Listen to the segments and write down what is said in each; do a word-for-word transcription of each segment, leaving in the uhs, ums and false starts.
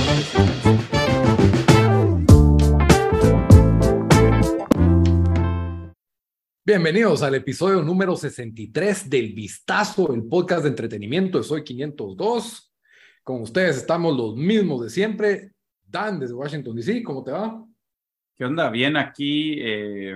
Bienvenidos al episodio número sesenta y tres del Vistazo, el podcast de entretenimiento de Soy quinientos dos. Con ustedes estamos los mismos de siempre. Dan, desde Washington, D C, ¿cómo te va? ¿Qué onda? Bien, aquí, eh,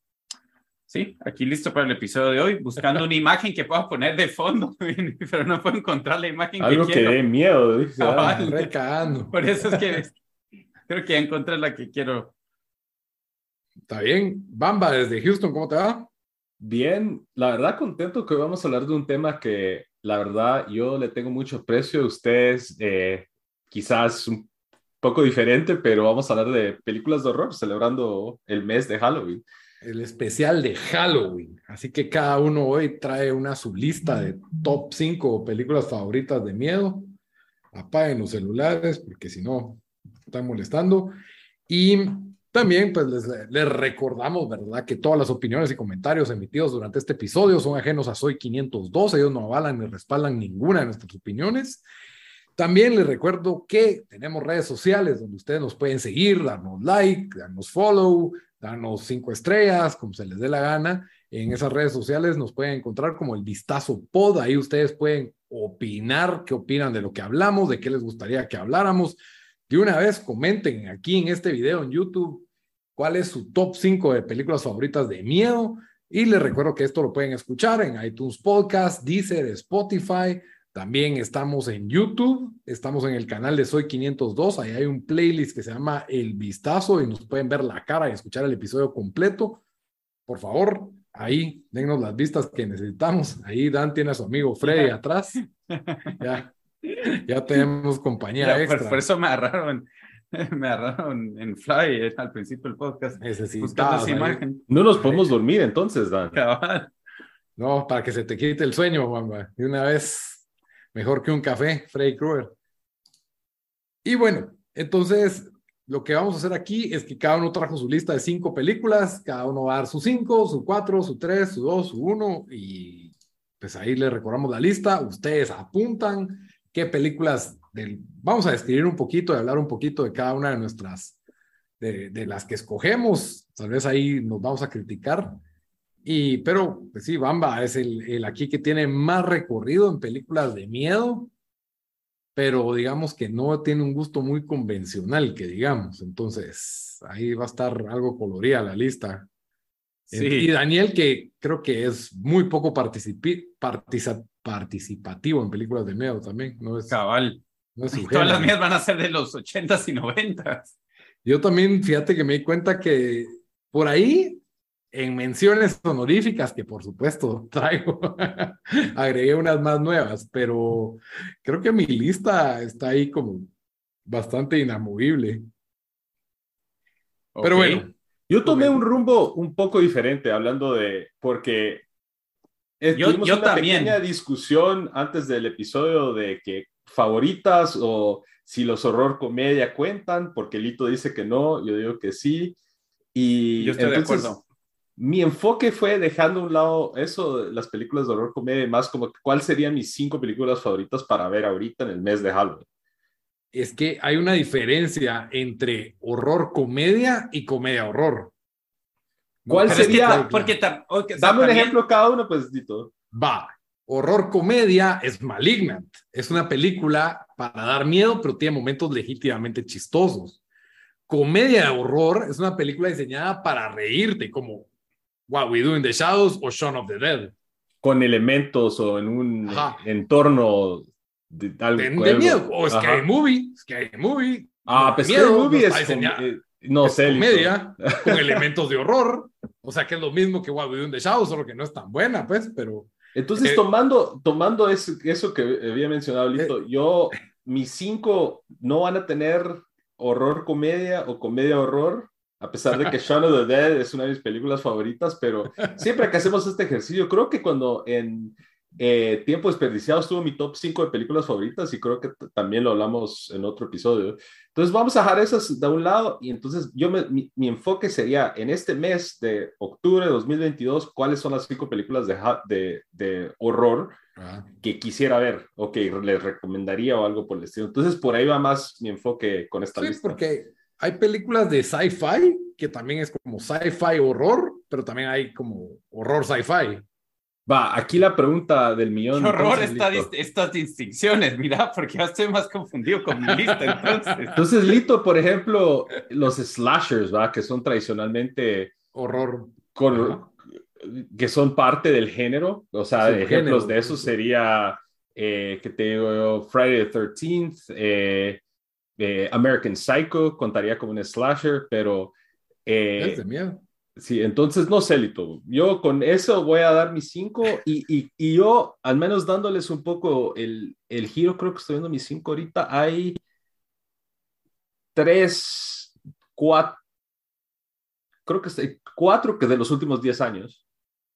sí, aquí listo para el episodio de hoy, buscando una imagen que pueda poner de fondo, pero no puedo encontrar la imagen Algo que que quiero. dé miedo, dice. Ah, Ah, recagando. Por eso es que creo que ya encontré la que quiero. ¿Está bien? Bamba, desde Houston, ¿cómo te va? Bien, la verdad contento que hoy vamos a hablar de un tema que la verdad yo le tengo mucho aprecio a ustedes, eh, quizás un poco diferente, pero vamos a hablar de películas de horror celebrando el mes de Halloween. El especial de Halloween. Así que cada uno hoy trae una sublista de top cinco películas favoritas de miedo. Apaguen los celulares porque si no, están molestando. Y también pues les, les recordamos, ¿verdad?, que todas las opiniones y comentarios emitidos durante este episodio son ajenos a Soy quinientos dos. Ellos no avalan ni respaldan ninguna de nuestras opiniones. También les recuerdo que tenemos redes sociales donde ustedes nos pueden seguir, darnos like, darnos follow, darnos cinco estrellas, como se les dé la gana. En esas redes sociales nos pueden encontrar como el Vistazo Pod. Ahí ustedes pueden opinar, qué opinan de lo que hablamos, de qué les gustaría que habláramos. De una vez comenten aquí en este video en YouTube cuál es su top cinco de películas favoritas de miedo. Y les recuerdo que esto lo pueden escuchar en iTunes Podcast, Deezer, Spotify. También estamos en YouTube, estamos en el canal de Soy quinientos dos, ahí hay un playlist que se llama El Vistazo y nos pueden ver la cara y escuchar el episodio completo. Por favor, ahí dennos las vistas que necesitamos. Ahí Dan tiene a su amigo Freddy atrás. Ya, ya tenemos compañía Ya, extra. por, por eso me agarraron, me agarraron en Fly eh, al principio del podcast, buscando esa imagen. No nos podemos dormir entonces, Dan. Cabal. No, para que se te quite el sueño, Juanma. De una vez... Mejor que un café, Freddy Krueger. Y bueno, entonces lo que vamos a hacer aquí es que cada uno trajo su lista de cinco películas, cada uno va a dar su cinco, su cuatro, su tres, su dos, su uno, y pues ahí les recordamos la lista. Ustedes apuntan qué películas, del... vamos a describir un poquito y hablar un poquito de cada una de nuestras, de, de las que escogemos. Tal vez ahí nos vamos a criticar. Y, pero, pues sí, Bamba es el, el aquí que tiene más recorrido en películas de miedo, pero digamos que no tiene un gusto muy convencional, que digamos. Entonces, ahí va a estar algo colorida la lista. Sí. Y Daniel, que creo que es muy poco participi participa participativo en películas de miedo también. No es, Cabal. no es su Todas género. las mías van a ser de los ochentas y noventas. Yo también, fíjate que me di cuenta que por ahí... En menciones honoríficas, que por supuesto traigo, agregué unas más nuevas, pero creo que mi lista está ahí como bastante inamovible. Okay. Pero bueno. Yo tomé un rumbo un poco diferente hablando de, porque yo, tuvimos yo una también. pequeña discusión antes del episodio de que favoritas o si los horror comedia cuentan, porque Lito dice que no, yo digo que sí. Y yo estoy entonces, de acuerdo. Mi enfoque fue dejando a un lado eso, las películas de horror comedia, más como cuáles serían mis cinco películas favoritas para ver ahorita en el mes de Halloween. Es que hay una diferencia entre horror comedia y comedia horror. ¿Cuál Pero sería? Es que, porque ta, okay, Dame un también... ejemplo cada uno, pues, Dito. Va. Horror comedia es Malignant. Es una película para dar miedo, pero tiene momentos legítimamente chistosos. Comedia de horror es una película diseñada para reírte, como What We Do in the Shadows o Shaun of the Dead. Con elementos o en un Ajá. entorno de, algo, de, de algo. miedo. O Ajá. Scary Movie. Scary Movie. Ah, no, pues miedo, Scary Movie no es, com eh, no es sé, comedia con elementos de horror. O sea, que es lo mismo que What We Do in the Shadows, solo que no es tan buena, pues, pero... Entonces, eh, tomando, tomando eso, eso que había mencionado, Lito, eh, yo, mis cinco no van a tener horror comedia o comedia horror, a pesar de que Shaun of the Dead es una de mis películas favoritas, pero siempre que hacemos este ejercicio, creo que cuando en eh, Tiempo Desperdiciado estuvo mi top cinco de películas favoritas y creo que también lo hablamos en otro episodio. Entonces vamos a dejar esas de un lado y entonces yo me, mi, mi enfoque sería en este mes de octubre de dos mil veintidós, ¿cuáles son las cinco películas de, de, de horror Ah. que quisiera ver o que les recomendaría o algo por el estilo. Entonces, por ahí va más mi enfoque con esta Sí, lista. porque hay películas de sci-fi que también es como sci-fi horror, pero también hay como horror sci-fi. Va, aquí la pregunta del millón. Qué horror entonces, esta, Lito. estas distinciones, mira, porque ya estoy más confundido con mi lista, entonces. Entonces, Lito, por ejemplo, los slashers, ¿va? Que son tradicionalmente Horror. con, que son parte del género. O sea, Subgénero, ejemplos de eso pues. sería, eh, que te digo, Friday the thirteenth, eh, eh, American Psycho, contaría como un slasher, pero... Es Eh, de miedo. Sí, entonces no sé, Lito. Yo con eso voy a dar mis cinco y, y, y yo, al menos dándoles un poco el, el giro, creo que estoy viendo mis cinco ahorita. Hay tres, cuatro, creo que estoy, cuatro que de los últimos diez años.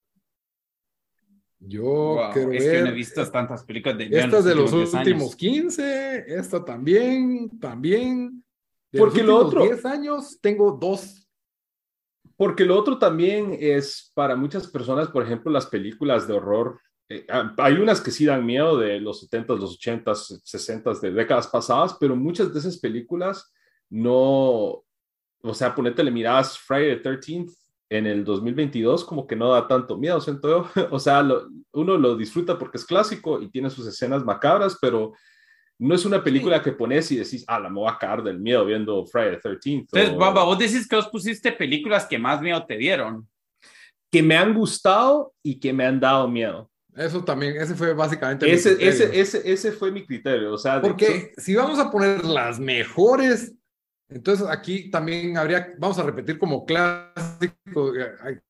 Yo Wow, quiero es que no he ver. visto tantas películas de miedo en Esta los es de los últimos diez últimos años. quince, esta también, también. De Porque los lo últimos otro- diez años tengo dos. Porque lo otro también es para muchas personas, por ejemplo, las películas de horror. Eh, hay unas que sí dan miedo de los setentas, los ochentas, sesentas, de décadas pasadas, pero muchas de esas películas no, o sea, ponetele miradas Friday the thirteenth en el dos mil veintidós como que no da tanto miedo, siento yo. O sea, lo, uno lo disfruta porque es clásico y tiene sus escenas macabras, pero no es una película Sí. que pones y decís, ah, la me voy a cagar del miedo viendo Friday the thirteenth. Entonces, o... Bamba, vos decís que vos pusiste películas que más miedo te dieron. Que me han gustado y que me han dado miedo. Eso también, ese fue básicamente mi Ese, criterio. ese, ese, ese fue mi criterio. O sea, de- Porque si vamos a poner las mejores, entonces aquí también habría, vamos a repetir como clásico, eh, hay-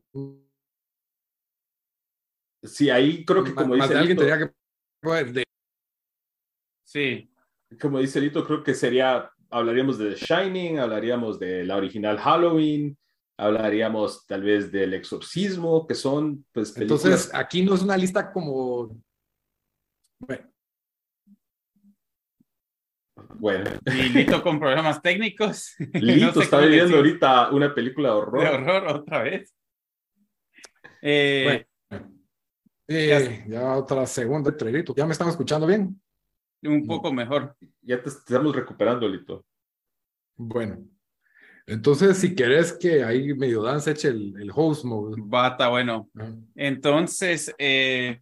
sí, ahí creo que más, como más dice de alguien Lito, tenía que poner de Sí. como dice Lito, creo que sería, hablaríamos de The Shining, hablaríamos de la original Halloween, hablaríamos tal vez del Exorcismo, que son pues películas. Entonces, aquí no es una lista como... Bueno, Bueno, Y Lito con problemas técnicos. Lito No sé está cómo le viviendo sigo. ahorita una película de horror. De horror otra vez. Eh, bueno. Eh, ya otra segunda trerito. ¿Ya me están escuchando bien? un poco mejor. Ya te estamos recuperando, Lito. Bueno. Entonces, si querés que ahí medio Dan se eche el, el host mode. Bata, bueno. Ah. Entonces, eh,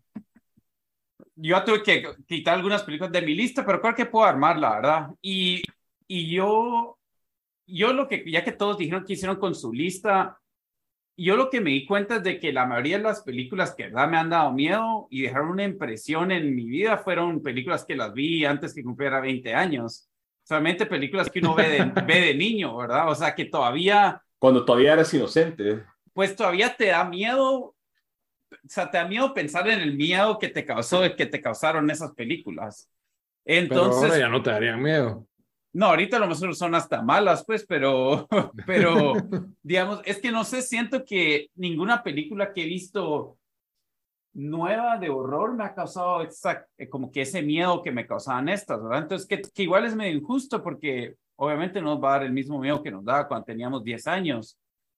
yo tuve que quitar algunas películas de mi lista, pero creo que puedo armarla, ¿verdad? Y, y yo, yo lo que, ya que todos dijeron que hicieron con su lista, yo lo que me di cuenta es de que la mayoría de las películas que verdad me han dado miedo y dejaron una impresión en mi vida fueron películas que las vi antes que cumpliera veinte años. Solamente películas que uno ve de, ve de niño, ¿verdad? O sea, que todavía, Cuando todavía eras inocente. pues todavía te da miedo, o sea, te da miedo pensar en el miedo que te causó, que te causaron esas películas. Pero ahora Entonces, ya no te darían miedo. no, ahorita a lo mejor son hasta malas, pues, pero, pero, digamos, es que no sé, siento que ninguna película que he visto nueva de horror me ha causado exact, como que ese miedo que me causaban estas, ¿verdad? Entonces, que, que igual es medio injusto porque obviamente no nos va a dar el mismo miedo que nos daba cuando teníamos diez años,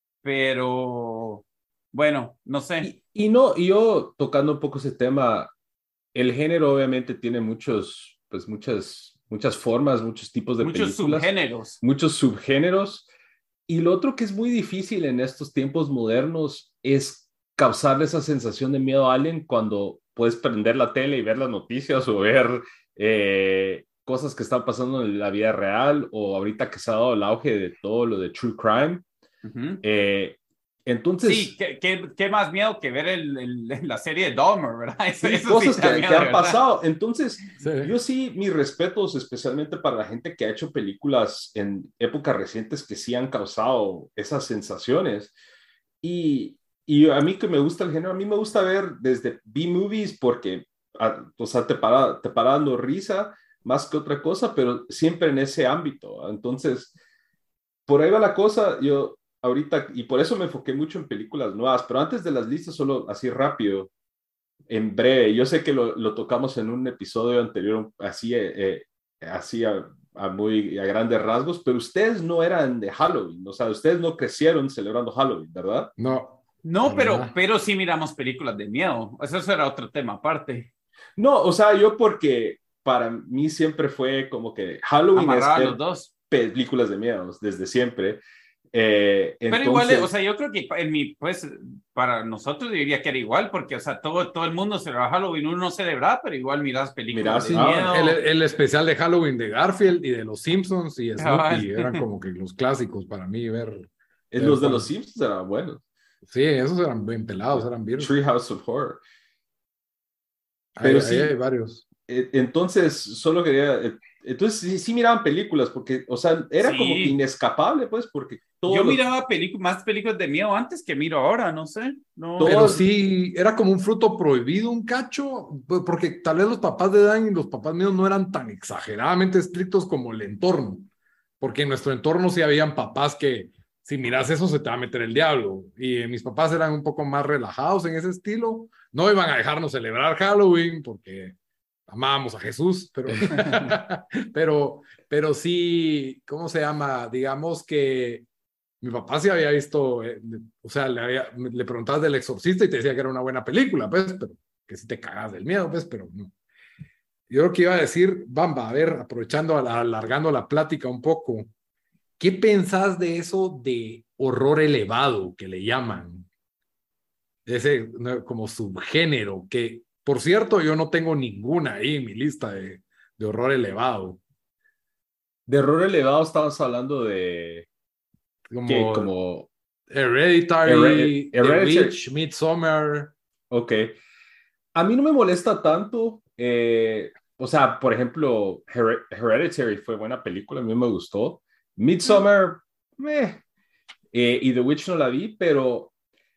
pero bueno, no sé. Y, y no, y yo tocando un poco ese tema, el género obviamente tiene muchos, pues muchas, muchas formas, muchos tipos de Muchos películas, subgéneros. muchos subgéneros. Y lo otro que es muy difícil en estos tiempos modernos es causarle esa sensación de miedo a alguien cuando puedes prender la tele y ver las noticias o ver eh, cosas que están pasando en la vida real o ahorita que se ha dado el auge de todo lo de true crime. Uh-huh. Eh, entonces... Sí, ¿qué, qué, qué más miedo que ver el, el, la serie de Dahmer, ¿verdad? Eso, Sí, eso cosas sí que, da miedo, que han ¿verdad? pasado. Entonces, Sí. yo sí, mis respetos, especialmente para la gente que ha hecho películas en épocas recientes que sí han causado esas sensaciones. Y, y a mí que me gusta el género, a mí me gusta ver desde B-movies porque, a, o sea, te para, te para dando risa más que otra cosa, pero siempre en ese ámbito. Entonces, por ahí va la cosa. Yo ahorita, y por eso me enfoqué mucho en películas nuevas, pero antes de las listas, solo así rápido, en breve, yo sé que lo, lo tocamos en un episodio anterior, así, eh, así a, a muy a grandes rasgos, pero ustedes no eran de Halloween, o sea, ustedes no crecieron celebrando Halloween, ¿verdad? No. No, para pero, nada. pero sí miramos películas de miedo. Eso era otro tema aparte. No, o sea, yo porque para mí siempre fue como que Halloween es Amarraba ver los dos. películas de miedo desde siempre. Eh, Pero igual, eh, o entonces, sea, yo creo que en mi, pues, para nosotros diría que era igual, porque, o sea, todo, todo el mundo celebraba Halloween, uno no celebraba, pero igual miras películas mira, de sí, Ah, el, miedo. el especial de Halloween de Garfield y de los Simpsons y Cabal. Snoopy eran como que los clásicos para mí ver, eh, ver los de los cuando. Simpsons eran buenos. Sí, esos eran bien pelados, eran bien. Treehouse of Horror. Ahí, Pero ahí hay sí, varios. eh, entonces solo quería, eh, entonces sí, sí miraban películas, porque, o sea, era como que Sí, inescapable, pues, porque yo todos los, miraba películas, más películas de miedo antes que miro ahora, no sé, no. Pero todos, sí, era como un fruto prohibido, un cacho, pues, porque tal vez los papás de Dan y los papás míos no eran tan exageradamente estrictos como el entorno, porque en nuestro entorno sí habían papás que si miras eso se te va a meter el diablo, y eh, mis papás eran un poco más relajados en ese estilo, no iban a dejarnos celebrar Halloween porque amábamos a Jesús, pero, pero, pero sí, ¿cómo se llama? Digamos que mi papá sí había visto, eh, o sea, le, había, le preguntabas del Exorcista y te decía que era una buena película, pues, pero que sí te cagas del miedo, pues, pero no. Yo lo que iba a decir, Bamba, a ver, aprovechando, alargando la plática un poco, ¿qué pensás de eso de horror elevado que le llaman? Ese ¿no? como subgénero, que por cierto yo no tengo ninguna ahí en mi lista de, de horror elevado, de error elevado estamos hablando de, que como como Her- Hereditary, The Hereditary, Witch, Midsommar. ok. A mí no me molesta tanto, eh, o sea, por ejemplo, Her- Hereditary fue buena película, a mí me gustó. Midsommar, meh, eh, y The Witch no la vi, pero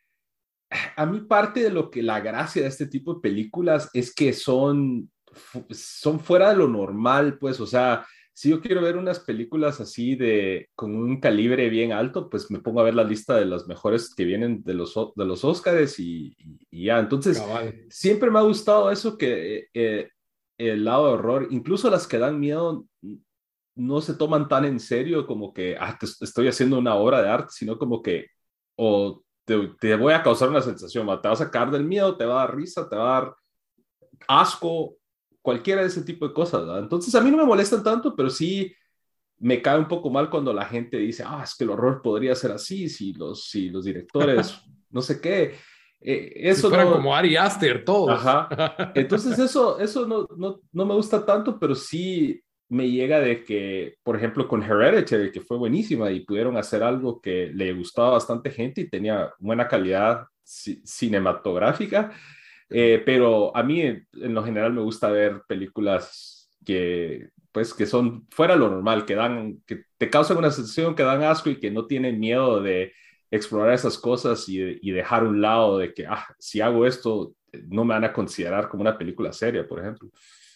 a mí parte de lo que la gracia de este tipo de películas es que son, fu- son fuera de lo normal, pues, o sea, si yo quiero ver unas películas así de con un calibre bien alto, pues me pongo a ver la lista de las mejores que vienen de los, o- de los Óscares y, y- y ya. Entonces, Cabal. siempre me ha gustado eso que eh, el lado de horror, incluso las que dan miedo, no se toman tan en serio como que ah, te, estoy haciendo una obra de arte, sino como que o te, te voy a causar una sensación, ¿va? Te vas a sacar del miedo, te va a dar risa, te va a dar asco, cualquiera de ese tipo de cosas, ¿verdad? Entonces a mí no me molestan tanto, pero sí me cae un poco mal cuando la gente dice, ah, es que el horror podría ser así, si los, si los directores, no sé qué. Eh, Si eso fueran no, como Ari Aster todos. ajá. Entonces eso, eso no, no, no me gusta tanto, pero sí me llega de que, por ejemplo, con Hereditary, que fue buenísima y pudieron hacer algo que le gustaba a bastante gente y tenía buena calidad ci- cinematográfica, eh, pero a mí en lo general me gusta ver películas que, pues, que son fuera de lo normal, que dan, que te causan una sensación, que dan asco y que no tienen miedo de explorar esas cosas y, y dejar un lado de que, ah, si hago esto, no me van a considerar como una película seria, por ejemplo.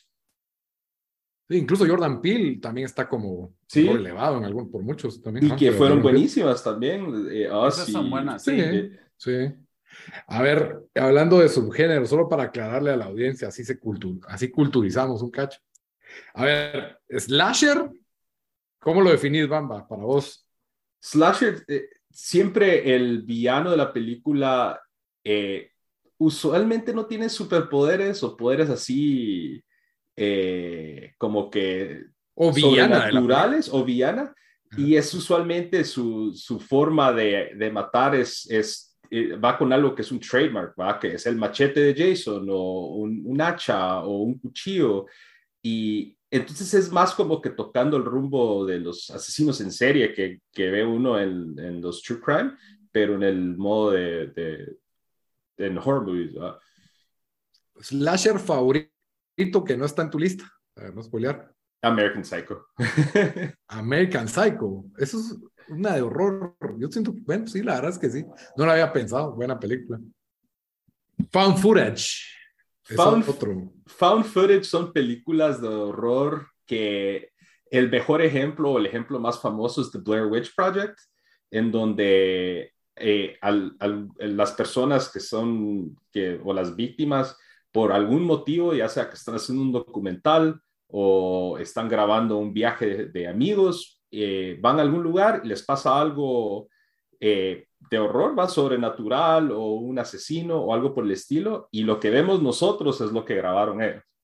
Sí, incluso Jordan Peele también está como horror Sí, elevado en algún, por muchos también. y Ajá, que pero fueron Jordan Peele. buenísimas también. Eh, Us Esas son y, buenas, Sí, sí. eh, sí. A ver, hablando de subgénero, solo para aclararle a la audiencia, así, se cultu así culturizamos un cacho. A ver, Slasher, ¿cómo lo definís, Bamba, para vos? Slasher, eh, siempre el villano de la película eh, usualmente no tiene superpoderes o poderes así eh, como que O villana de la película. sobrenaturales o villana, Ajá. y es usualmente su, su forma de, de matar es, es eh, va con algo que es un trademark, ¿va? Que es el machete de Jason o un, un hacha o un cuchillo. Y entonces es más como que tocando el rumbo de los asesinos en serie que, que ve uno en, en los True Crime, pero en el modo de, de, de en horror movies, ¿verdad? Slasher favorito que no está en tu lista. A ver, no spoilear. American Psycho. American Psycho. Eso es una de horror. Yo siento, bueno, sí, la verdad es que sí. No lo había pensado. Buena película. Found Footage. Es Found, otro. found footage son películas de horror que el mejor ejemplo o el ejemplo más famoso es The Blair Witch Project, en donde eh, al, al, las personas que son, que, o las víctimas, por algún motivo, ya sea que están haciendo un documental o están grabando un viaje de, de amigos, eh, van a algún lugar y les pasa algo eh, de horror, va sobrenatural o un asesino o algo por el estilo, y lo que vemos nosotros es lo que grabaron ellos.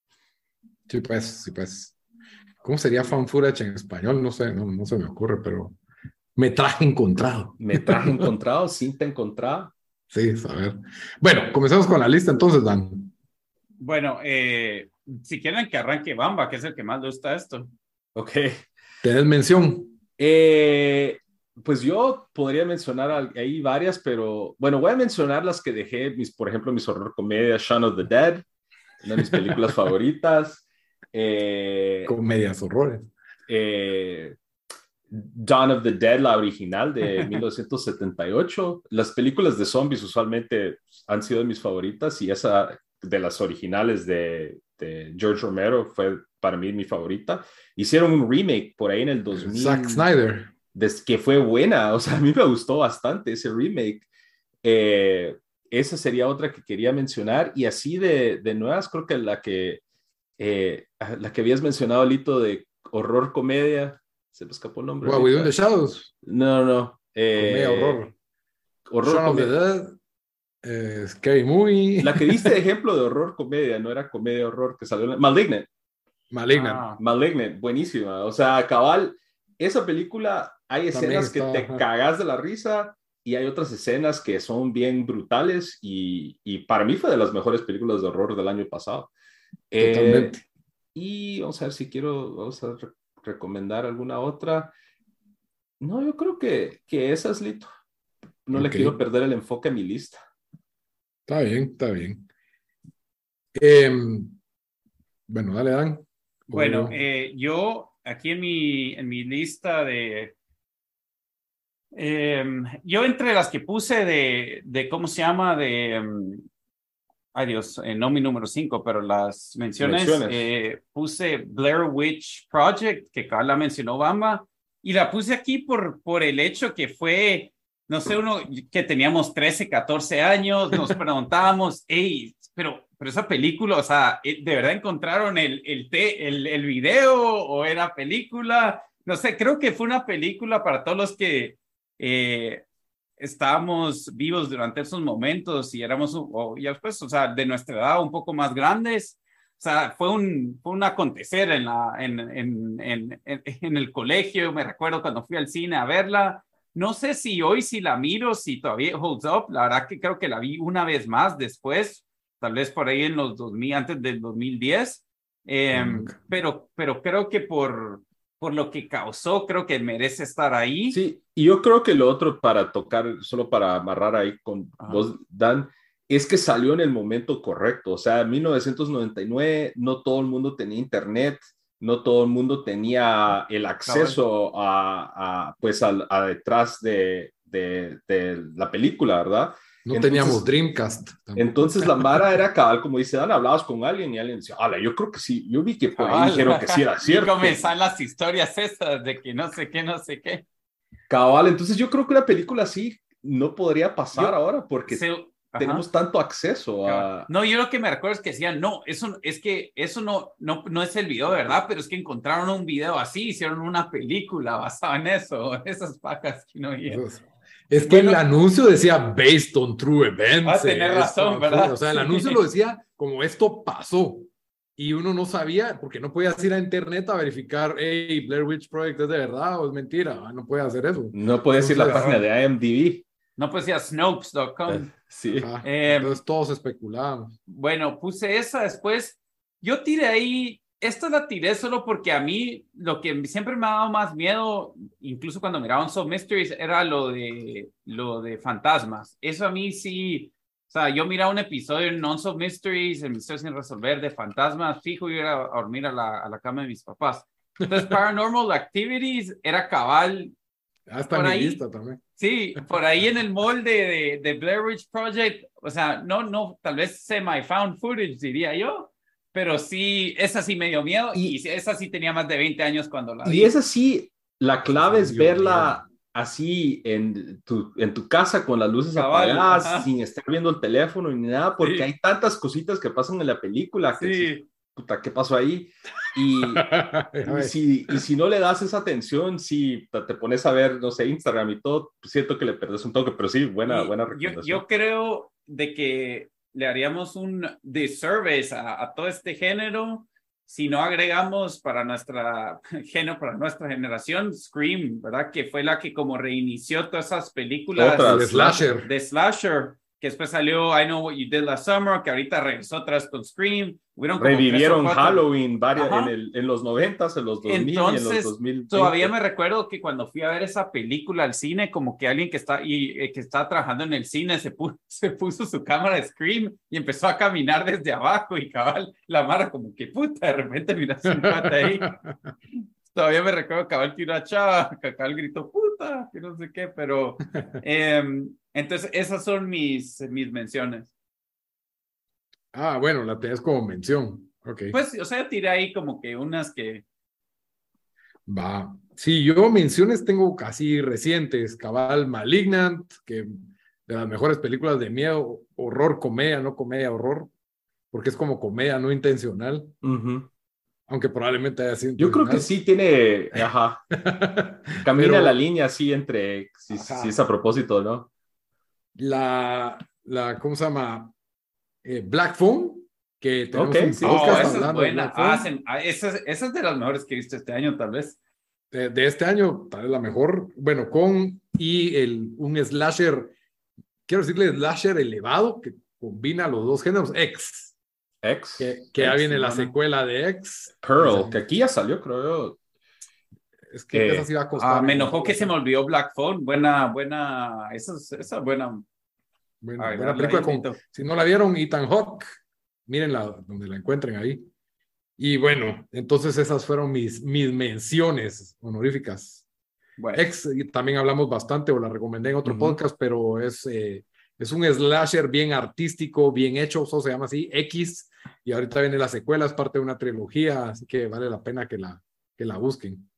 Sí, pues, sí, pues. ¿Cómo sería found footage en español? No sé, no, no se me ocurre, pero metraje encontrado. Metraje encontrado, cinta encontrada. Sí, a ver. Bueno, comencemos con la lista entonces, Dan. Bueno, eh, si quieren que arranque Bamba, que es el que más le gusta esto. Ok. ¿Tenés mención? Eh, pues yo podría mencionar ahí varias, pero bueno, voy a mencionar las que dejé, mis, por ejemplo, mis horror comedias, Shaun of the Dead, una de mis películas favoritas. Eh, Comedias, horrores. eh, Dawn of the Dead, la original de mil novecientos setenta y ocho. Las películas de zombies usualmente han sido mis favoritas y esa de las originales de, de George Romero fue para mí mi favorita. Hicieron un remake por ahí en el dos mil. Zack Snyder. Des, que fue buena, o sea, a mí me gustó bastante ese remake. Eh, esa sería otra que quería mencionar. Y así de, de nuevas, creo que la que, eh, la que habías mencionado, Lito, de horror comedia. Se me escapó el nombre. Wow, Within the Shadows. No, no. Eh, Comedia, horror. Horror Shaun of the comedia. Dead. Eh, Scary Movie. La que diste de ejemplo de horror comedia, no era comedia horror, que salió en... Malignant. Malignant. Ah, Malignant, buenísima. O sea, cabal, esa película hay También escenas que está, te ajá. cagas de la risa y hay otras escenas que son bien brutales y, y para mí fue de las mejores películas de horror del año pasado. Totalmente. Eh, y vamos a ver si quiero, vamos a re- recomendar alguna otra. No, yo creo que, que esa es Lito. No le Ok. quiero perder el enfoque a mi lista. Está bien, está bien. Em, bueno, dale, Dan. bueno, O- eh, yo aquí en mi, en mi lista de... eh, yo entre las que puse de, de ¿cómo se llama? De... um, ay Dios, eh, no mi número cinco, pero las menciones, Menciones. eh, puse Blair Witch Project, que Carla mencionó Bamba, y la puse aquí por, por el hecho que fue, no sé, uno que teníamos trece, catorce años, nos preguntábamos, hey, pero, pero esa película, o sea, ¿de verdad encontraron el, el, te, el, el video o era película? No sé, creo que fue una película para todos los que... Eh, estábamos vivos durante esos momentos y éramos, o, y después, o sea, de nuestra edad un poco más grandes. O sea, fue un, fue un acontecer en, la, en, en, en, en, en el colegio. Me recuerdo cuando fui al cine a verla. No sé si hoy si la miro, si todavía holds up. La verdad que creo que la vi una vez más después, tal vez por ahí en los dos mil, antes del dos mil diez. Eh, Nunca. pero, pero creo que por, por lo que causó, creo que merece estar ahí. Sí, y yo creo que lo otro para tocar, solo para amarrar ahí con Ajá. vos, Dan, es que salió en el momento correcto. O sea, en mil novecientos noventa y nueve no todo el mundo tenía internet, no todo el mundo tenía el acceso a, a pues, a, a detrás de, de, de la película, ¿verdad? No Entonces, teníamos Dreamcast. Tampoco. entonces la Mara era cabal, como dice Dan, hablabas con alguien y alguien decía, ala, yo creo que sí, yo vi que por ahí Cabal. dijeron que sí era Y cierto. comenzar las historias esas de que no sé qué, no sé qué. Cabal, entonces yo creo que una película así no podría pasar Yo- ahora porque Se- ajá. tenemos tanto acceso Cabal. a... No, yo lo que me recuerdo es que decían, no, eso es que eso no, no, no es el video, ¿verdad? Pero es que encontraron un video así, hicieron una película basada en eso, esas pacas que no oía. Entonces, es que Bueno. el anuncio decía based on true events. Ah, tenés eh, razón, esto, ¿verdad? O sea, el Sí. anuncio lo decía como esto pasó. Y uno no sabía, porque no podías ir a internet a verificar, hey, Blair Witch Project es de verdad o es mentira. Ah, no puede hacer eso. No puedes decir la Entonces, página de I M D B. No, pues ya Snopes punto com. Sí. Ajá. Eh, Entonces todos especulábamos. Bueno, puse esa después. Yo tiré ahí, esta la tiré solo porque a mí lo que siempre me ha dado más miedo, incluso cuando miraba Unsolved Mysteries, era lo de, lo de fantasmas. Eso a mí sí, o sea, yo miraba un episodio en Unsolved Mysteries, el Misterio sin resolver de fantasmas, fijo, yo iba a dormir a la, a la cama de mis papás. Entonces, Paranormal Activities era cabal. Ah, está Por en mi ahí. lista también. Sí, por ahí en el molde de, de Blair Witch Project, o sea, no, no, tal vez semi-found footage, diría yo, pero sí, esa sí me dio miedo y, Y- esa sí tenía más de veinte años cuando la vi. Y esa sí, la clave es Dios verla así en tu, en tu casa con las luces Cabal, apagadas, ajá. sin estar viendo el teléfono ni nada, porque Sí. hay tantas cositas que pasan en la película que Sí, sí, puta, ¿qué pasó ahí? Y, y, si, y si no le das esa atención, si te, te pones a ver, no sé, Instagram y todo, siento que le perdes un toque, pero sí, buena, y buena yo, recomendación. yo creo de que le haríamos un disservice a, a todo este género si no agregamos para nuestra, para nuestra generación, Scream, ¿verdad? Que fue la que como reinició todas esas películas Otras, de slasher. De slasher, que después salió I Know What You Did Last Summer, que ahorita regresó atrás con Scream. Revivieron Halloween varias, en, el, en los noventas, en los dos mil Entonces, y en los dos mil veinte. Todavía me recuerdo que cuando fui a ver esa película al cine, como que alguien que está, y, eh, que está trabajando en el cine se puso, se puso su cámara de Scream y empezó a caminar desde abajo y cabal, la mara como que puta, de repente miras un pata ahí. Todavía me recuerdo cabal que una chava, que cabal gritó puta, que no sé qué, pero eh, entonces esas son mis, mis menciones. Ah, bueno, la tenés como mención. Okay. Pues, o sea, tiré ahí como que unas que... Va. Sí, yo menciones tengo casi recientes. Cabal, Malignant, que de las mejores películas de miedo, horror, comedia, no comedia, horror, porque es como comedia no intencional. Uh-huh. Aunque probablemente haya sido yo creo que sí tiene, ajá, camina Pero, la línea así entre, si, si es a propósito, ¿no? La, la ¿cómo se llama? Eh, Black Phone, que tenemos okay, un sí. podcast oh, esa es buena. Ah, se, ah, esa, es, esa es de las mejores que he visto este año, tal vez. De, de este año, tal vez la mejor. Bueno, con y el, un slasher, quiero decirle slasher elevado, que combina los dos géneros, X. X. Que, que X, ya viene la bueno. secuela de X. Pearl, esa, que aquí ya salió, creo yo. Es que eh, esa sí va a costar. Ah, me enojó que se me olvidó Black Phone. Buena, buena, esa es esa buena. Bueno, Ay, buena película con, si no la vieron, Ethan Hawke, mírenla donde la encuentren ahí. Y bueno, entonces esas fueron mis, mis menciones honoríficas. Bueno. Ex, también hablamos bastante, o la recomendé en otro uh-huh. podcast, pero es, eh, es un slasher bien artístico, bien hecho, eso se llama así, X, y ahorita viene la secuela, es parte de una trilogía, así que vale la pena que la, que la busquen.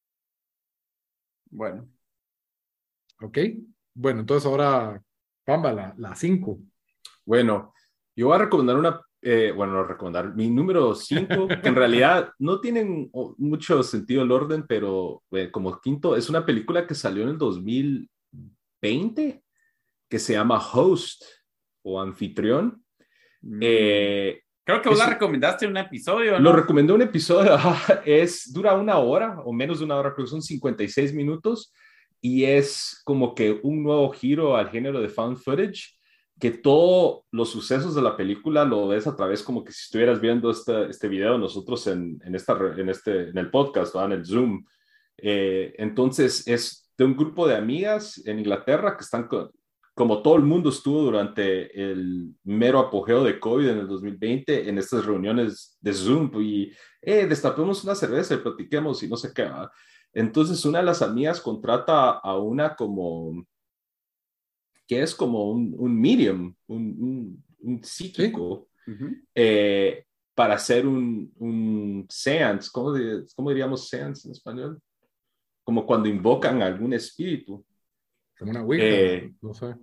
Bueno. Ok, bueno, entonces ahora... Pamba, la cinco. Bueno, yo voy a recomendar una, eh, bueno, no recomendar, mi número cinco, que en realidad no tienen mucho sentido el orden, pero eh, como quinto, es una película que salió en el dos mil veinte, que se llama Host, o Anfitrión. Mm. Eh, Creo que vos es, la recomendaste en un episodio, ¿no? Lo recomendé un episodio, es, dura una hora, o menos de una hora, creo que son cincuenta y seis minutos, y es como que un nuevo giro al género de found footage, que todos los sucesos de la película lo ves a través como que si estuvieras viendo este, este video nosotros en, en, esta, en, este, en el podcast, ¿verdad? En el Zoom. Eh, entonces es de un grupo de amigas en Inglaterra que están, con, como todo el mundo estuvo durante el mero apogeo de COVID en el dos mil veinte, en estas reuniones de Zoom y eh, destapemos una cerveza y platiquemos y no sé qué, ¿verdad? Entonces una de las amigas contrata a una como, que es como un, un medium, un, un, un psíquico, ¿sí? uh-huh. eh, para hacer un, un seance, ¿cómo, de, ¿cómo diríamos seance en español? Como cuando invocan a algún espíritu. Como una wicca, eh, no sé.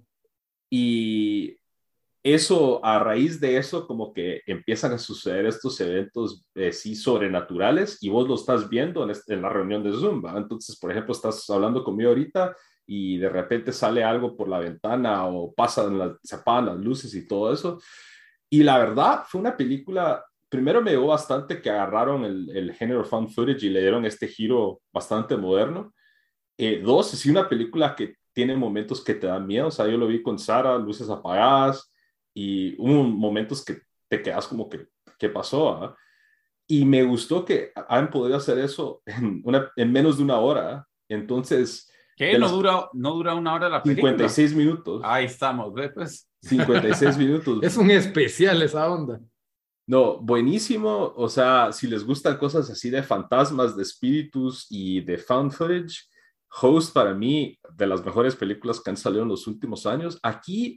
Y eso, a raíz de eso, como que empiezan a suceder estos eventos eh, sí sobrenaturales y vos lo estás viendo en, este, en la reunión de Zoom, ¿va? Entonces, por ejemplo, estás hablando conmigo ahorita y de repente sale algo por la ventana o pasan las, se apagan las luces y todo eso. Y la verdad, fue una película, primero me dio bastante que agarraron el, el género found footage y le dieron este giro bastante moderno. Eh, dos, sí, una película que tiene momentos que te dan miedo, o sea, yo lo vi con Sara, luces apagadas, y hubo momentos que te quedas como que, ¿qué pasó? ¿eh? Y me gustó que han podido hacer eso en, una, en menos de una hora. Entonces... ¿Qué? ¿No dura, ¿No dura una hora la película? cincuenta y seis minutos. Ahí estamos, ¿ves? Pues. cincuenta y seis minutos. Es un especial esa onda. No, buenísimo. O sea, si les gustan cosas así de fantasmas, de espíritus y de found footage, Host para mí, de las mejores películas que han salido en los últimos años. Aquí...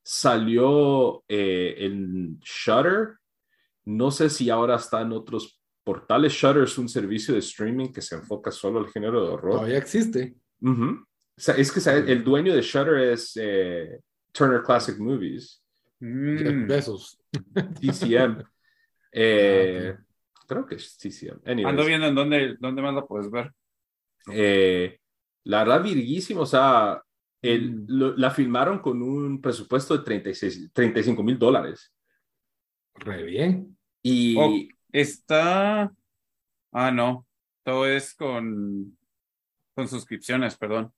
Salió eh, en Shudder, no sé si ahora está en otros portales. Shudder es un servicio de streaming que se enfoca solo al género de horror. Todavía existe. Uh-huh. O sea, es que ¿sabes? El dueño de Shudder es eh, Turner Classic Movies. Mm. Besos. T C M. Eh, ah, okay. Creo que es T C M. Anyways. Ando viendo en dónde, dónde más la puedes ver. Eh, la verdad, virguísimo, o sea... El, lo, la filmaron con un presupuesto de treinta y seis, treinta y cinco mil dólares. Re bien. Y, oh, Está... Ah, no. Todo es con, con suscripciones, perdón.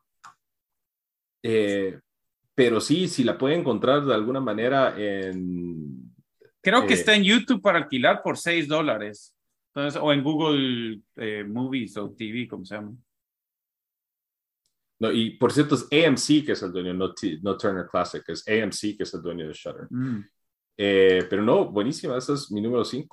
Eh, pero sí, si la puede encontrar de alguna manera en... Creo que eh, está en YouTube para alquilar por seis dólares. Entonces, o en Google eh, Movies o T V, como se llama. no, y por cierto, es A M C que es el dueño, no, T- no Turner Classic, es A M C que es el dueño de Shudder. Mm. Eh, pero no, buenísima, esa es mi número cinco.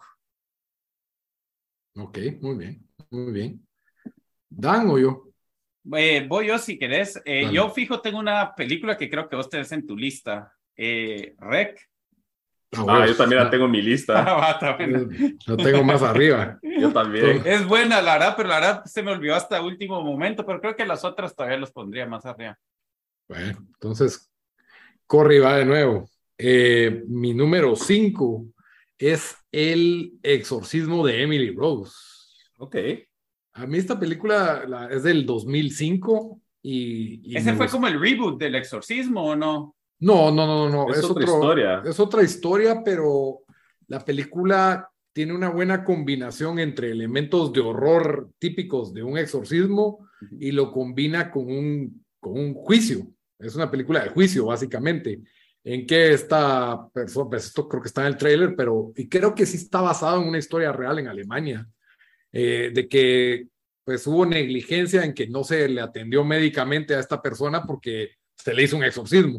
Ok, muy bien, muy bien. ¿Dan o yo? Eh, voy yo si querés. Eh, Dale. yo fijo, tengo una película que creo que vos tenés en tu lista. Eh, Rec. Ah, Ah, huevos. yo también la Ah, tengo en mi lista. Ah, está buena. eh, Lo tengo más arriba. Yo también. Es buena, la verdad, pero la verdad se me olvidó hasta último momento, pero creo que las otras todavía los pondría más arriba. Bueno, entonces, corre y va de nuevo. Eh, mi número cinco es El exorcismo de Emily Rose. Ok. A mí esta película la- es del dos mil cinco y, y Ese me fue gustó. como el reboot del Exorcismo, ¿o no? No, no, no, no, Es es otra otro, historia. es otra historia, pero la película tiene una buena combinación entre elementos de horror típicos de un exorcismo y lo combina con un, con un juicio. Es una película de juicio, básicamente. En que esta persona, pues esto creo que está en el tráiler, pero y creo que sí está basado en una historia real en Alemania, eh, de que pues hubo negligencia en que no se le atendió médicamente a esta persona porque se le hizo un exorcismo.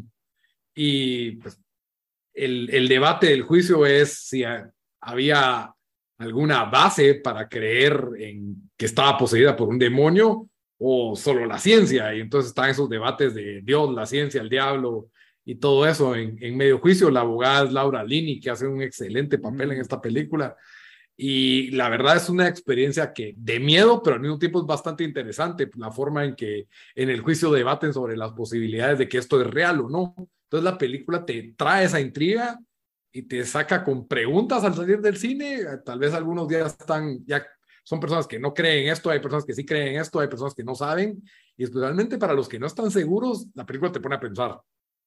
Y pues, el, el debate del juicio es si a, había alguna base para creer en que estaba poseída por un demonio o solo la ciencia. Y entonces están esos debates de Dios, la ciencia, el diablo y todo eso en, en medio juicio. La abogada es Laura Linney, que hace un excelente papel en esta película. Y la verdad es una experiencia que de miedo, pero al mismo tiempo es bastante interesante la forma en que en el juicio debaten sobre las posibilidades de que esto es real o no. Entonces la película te trae esa intriga y te saca con preguntas al salir del cine. Tal vez algunos días están, ya son personas que no creen esto, hay personas que sí creen esto, hay personas que no saben. Y especialmente para los que no están seguros, la película te pone a pensar.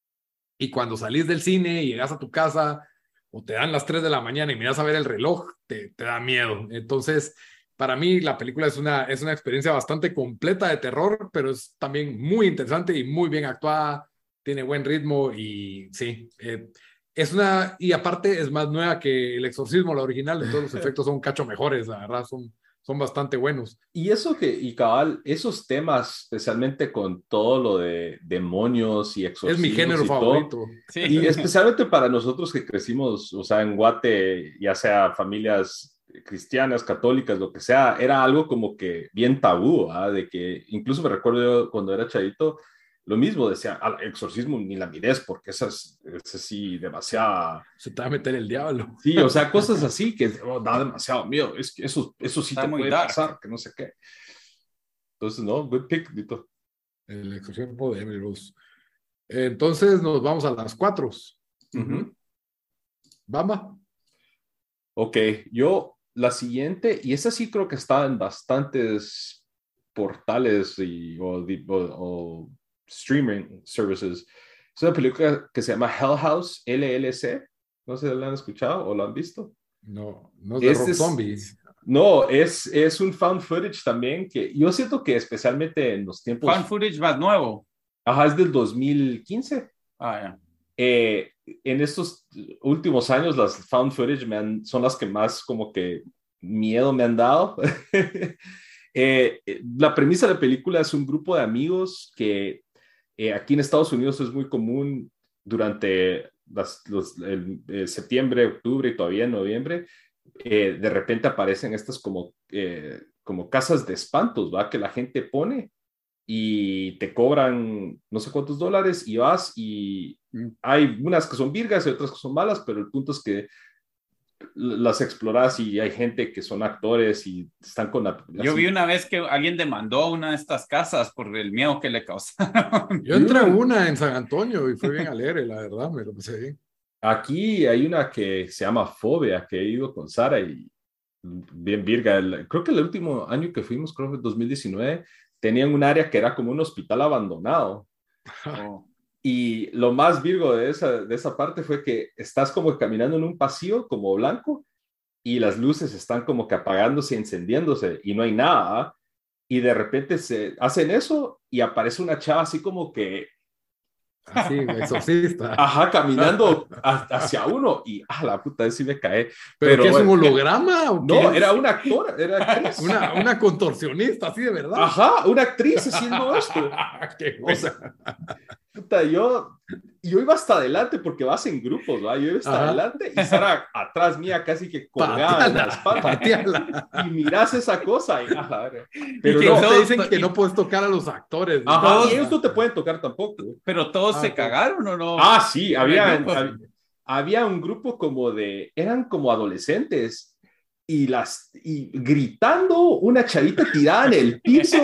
Y cuando salís del cine y llegas a tu casa o te dan las tres de la mañana y miras a ver el reloj, te, te da miedo. Entonces, para mí la película es una, es una experiencia bastante completa de terror, pero es también muy interesante y muy bien actuada, tiene buen ritmo y sí, eh, es una, y aparte es más nueva que El Exorcismo, la original, entonces los efectos son un cacho mejores, la verdad, son, son bastante buenos. Y eso que, y cabal, esos temas, especialmente con todo lo de demonios y Es mi exorcismos género y todo, favorito. Sí. y especialmente para nosotros que crecimos, o sea, en Guate, ya sea familias cristianas, católicas, lo que sea, era algo como que bien tabú, ¿ah? De que incluso me recuerdo yo cuando era chavito, lo mismo, decía, al exorcismo ni la mires porque esa es, es así demasiada. Se te va a meter el diablo. Sí, o sea, cosas así que oh, da demasiado miedo, es que eso, eso sí Está te muy puede dark. pasar, que no sé qué. Entonces, no, good pick, Dito. El Exorcismo de Emily Rose. Entonces nos vamos a las cuatro. Uh-huh. Bamba. Ok, yo la siguiente, y esa sí creo que está en bastantes portales y, o, o, o streaming services. Es una película que se llama Hell House, L L C. No sé si la han escuchado o lo han visto. No, no es de Este Rob es, Zombie. no, es, es un found footage también que yo siento que especialmente en los tiempos... Fan footage más nuevo. Ajá, es del dos mil quince. Ah, ya. Eh, en estos últimos años las found footage me han, son las que más como que miedo me han dado. eh, la premisa de la película es un grupo de amigos que eh, aquí en Estados Unidos es muy común durante las, los, el, el septiembre, octubre y todavía en noviembre. Eh, de repente aparecen estas como, eh, como casas de espantos, ¿va? Que la gente pone y te cobran no sé cuántos dólares y vas y hay unas que son virgas y otras que son malas, pero el punto es que las exploras y hay gente que son actores y están con la... Yo vi una vez que alguien demandó a una de estas casas por el miedo que le causaron. Yo entré a una en San Antonio y fue bien alegre, la verdad, me lo pasé bien. Aquí hay una que se llama Fobia, que he ido con Sara y bien virga. Creo que el último año que fuimos, creo que fue dos mil diecinueve, tenían un área que era como un hospital abandonado. Oh. Y lo más virgo de esa, de esa parte fue que estás como caminando en un pasillo como blanco y las luces están como que apagándose y encendiéndose y no hay nada. Y de repente se hacen eso y aparece una chava así como que Así, exorcista. Ajá, caminando a, hacia uno y a la puta, ese sí me cae. ¿Pero, ¿Pero qué es bueno, un holograma? ¿O no, qué era es? una actora, era actriz. Una, una contorsionista, así de verdad. Ajá, una actriz haciendo esto. Qué O sea, puta, yo, yo iba hasta adelante porque vas en grupos, ¿va? Yo iba hasta Ajá. adelante y Sara atrás mía casi que colgada en la espalda. Pateala. Y miras esa cosa. Y, ajá, pero y que no, todos te dicen que y... no puedes tocar a los actores. Ajá, todos, y ellos no te pueden tocar tampoco. Pero todos ah, se okay. cagaron o no. Ah, sí, había, había, había un grupo como de, eran como adolescentes y las, y gritando una chavita tirada en el piso,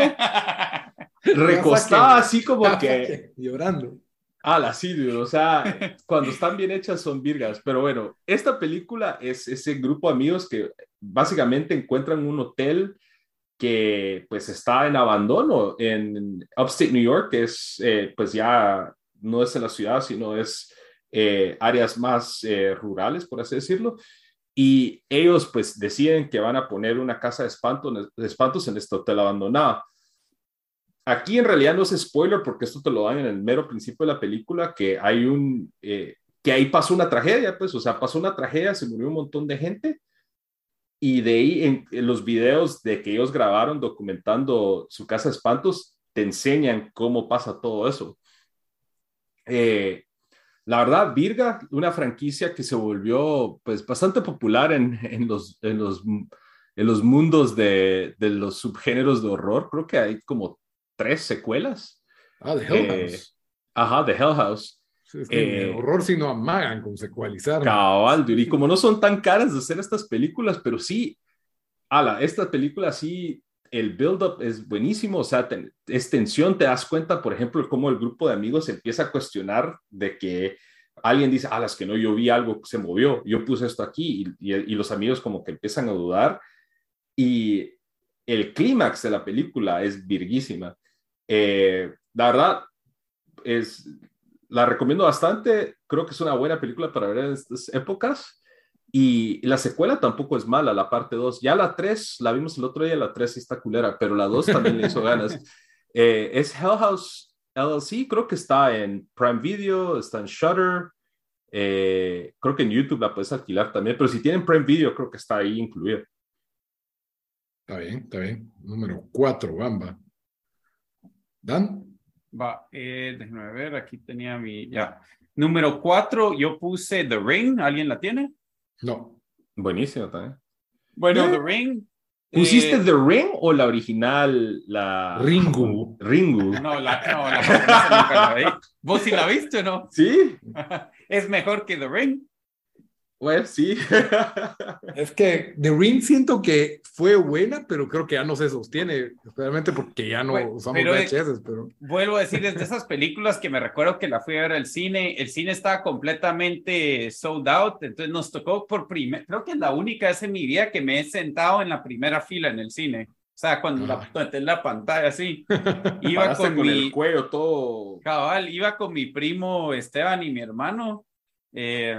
recostada así como que llorando. Ah, la sí, dude. O sea, cuando están bien hechas son virgas. Pero bueno, esta película es ese grupo de amigos que básicamente encuentran un hotel que pues está en abandono en Upstate New York, que es eh, pues ya no es en la ciudad, sino es eh, áreas más eh, rurales, por así decirlo. Y ellos pues deciden que van a poner una casa de, espanto, de espantos en este hotel abandonado. Aquí en realidad no es spoiler porque esto te lo dan en el mero principio de la película, que hay un, eh, que ahí pasó una tragedia, pues, o sea, pasó una tragedia, se murió un montón de gente y de ahí en, en los videos de que ellos grabaron documentando su casa de espantos, te enseñan cómo pasa todo eso. Eh, la verdad, Virga, una franquicia que se volvió pues bastante popular en, en, los, en, los, en los mundos de, de los subgéneros de horror, creo que hay como tres secuelas. Ah, de Hell House. Eh, ajá, de Hell House. Sí, es que eh, el horror sí no amagan con secualizar. Cabal, y como no son tan caras de hacer estas películas, pero sí, ala, esta película sí, el build-up es buenísimo, o sea, ten, es tensión, te das cuenta, por ejemplo, cómo el grupo de amigos empieza a cuestionar de que alguien dice, ah, las que no, yo vi algo que se movió, yo puse esto aquí, y, y, y los amigos como que empiezan a dudar, y el clímax de la película es virguísima. Eh, la verdad, es, la recomiendo bastante. Creo que es una buena película para ver en estas épocas. Y la secuela tampoco es mala, la parte dos. Ya la tres, la vimos el otro día, la tres sí está culera, pero la dos también le hizo ganas. Eh, es Hell House L L C, creo que está en Prime Video, está en Shudder. Eh, creo que en YouTube la puedes alquilar también, pero si tienen Prime Video, creo que está ahí incluida. Está bien, está bien. Número cuatro, Bamba. ¿Dan? Va, eh, déjame ver, aquí tenía mi, ya. Número cuatro, yo puse The Ring, ¿alguien la tiene? No. Buenísimo también. Bueno, ¿Eh? The Ring. ¿Pusiste eh, The Ring o la original, la... Ringu? Ringu. No, la, no, la japonesa nunca la vi. ¿Vos sí la viste o no? Sí. ¿Es mejor que The Ring? Bueno, sí. Es que The Ring siento que fue buena, pero creo que ya no se sostiene, especialmente porque ya no bueno, usamos V H S. Pero... Vuelvo a decir, es de esas películas que me recuerdo que la fui a ver al cine, el cine estaba completamente sold out, entonces nos tocó por primera, creo que es la única vez en mi vida que me he sentado en la primera fila en el cine. O sea, cuando ah. la, en la pantalla así, iba con, con mi el cuello todo. Cabal, iba con mi primo Esteban y mi hermano. Eh,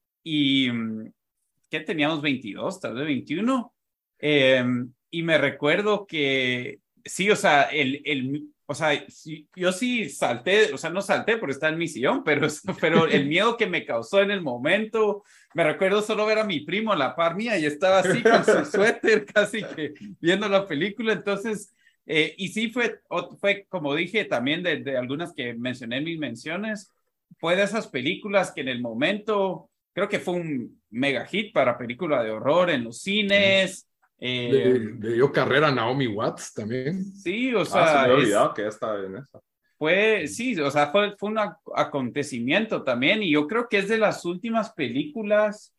y que teníamos veintidós, tal vez veintiuno, eh, y me recuerdo que sí, o sea, el, el, o sea, sí, yo sí salté, o sea, no salté por estar en mi sillón, pero, pero el miedo que me causó en el momento, me recuerdo solo ver a mi primo a la par mía y estaba así con su suéter casi que viendo la película, entonces, eh, y sí fue, fue como dije también de, de algunas que mencioné en mis menciones, fue de esas películas que en el momento creo que fue un mega hit para película de horror en los cines. Eh, le, le dio carrera a Naomi Watts también. Sí, o sea. Ah, se me había es, olvidado que ya estaba en eso. Fue, sí, o sea, fue, fue un acontecimiento también. Y yo creo que es de las últimas películas,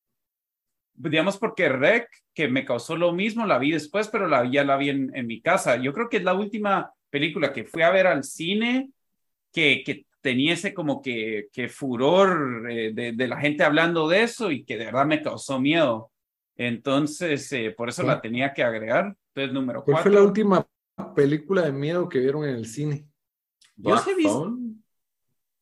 digamos, porque Rec, que me causó lo mismo, la vi después, pero la, ya la vi en, en mi casa. Yo creo que es la última película que fui a ver al cine que. que tenía ese como que, que furor eh, de, de la gente hablando de eso y que de verdad me causó miedo. Entonces, eh, por eso ¿Cuál? la tenía que agregar. Entonces, número ¿Cuál cuatro. fue la última película de miedo que vieron en el cine? Yo sí he visto.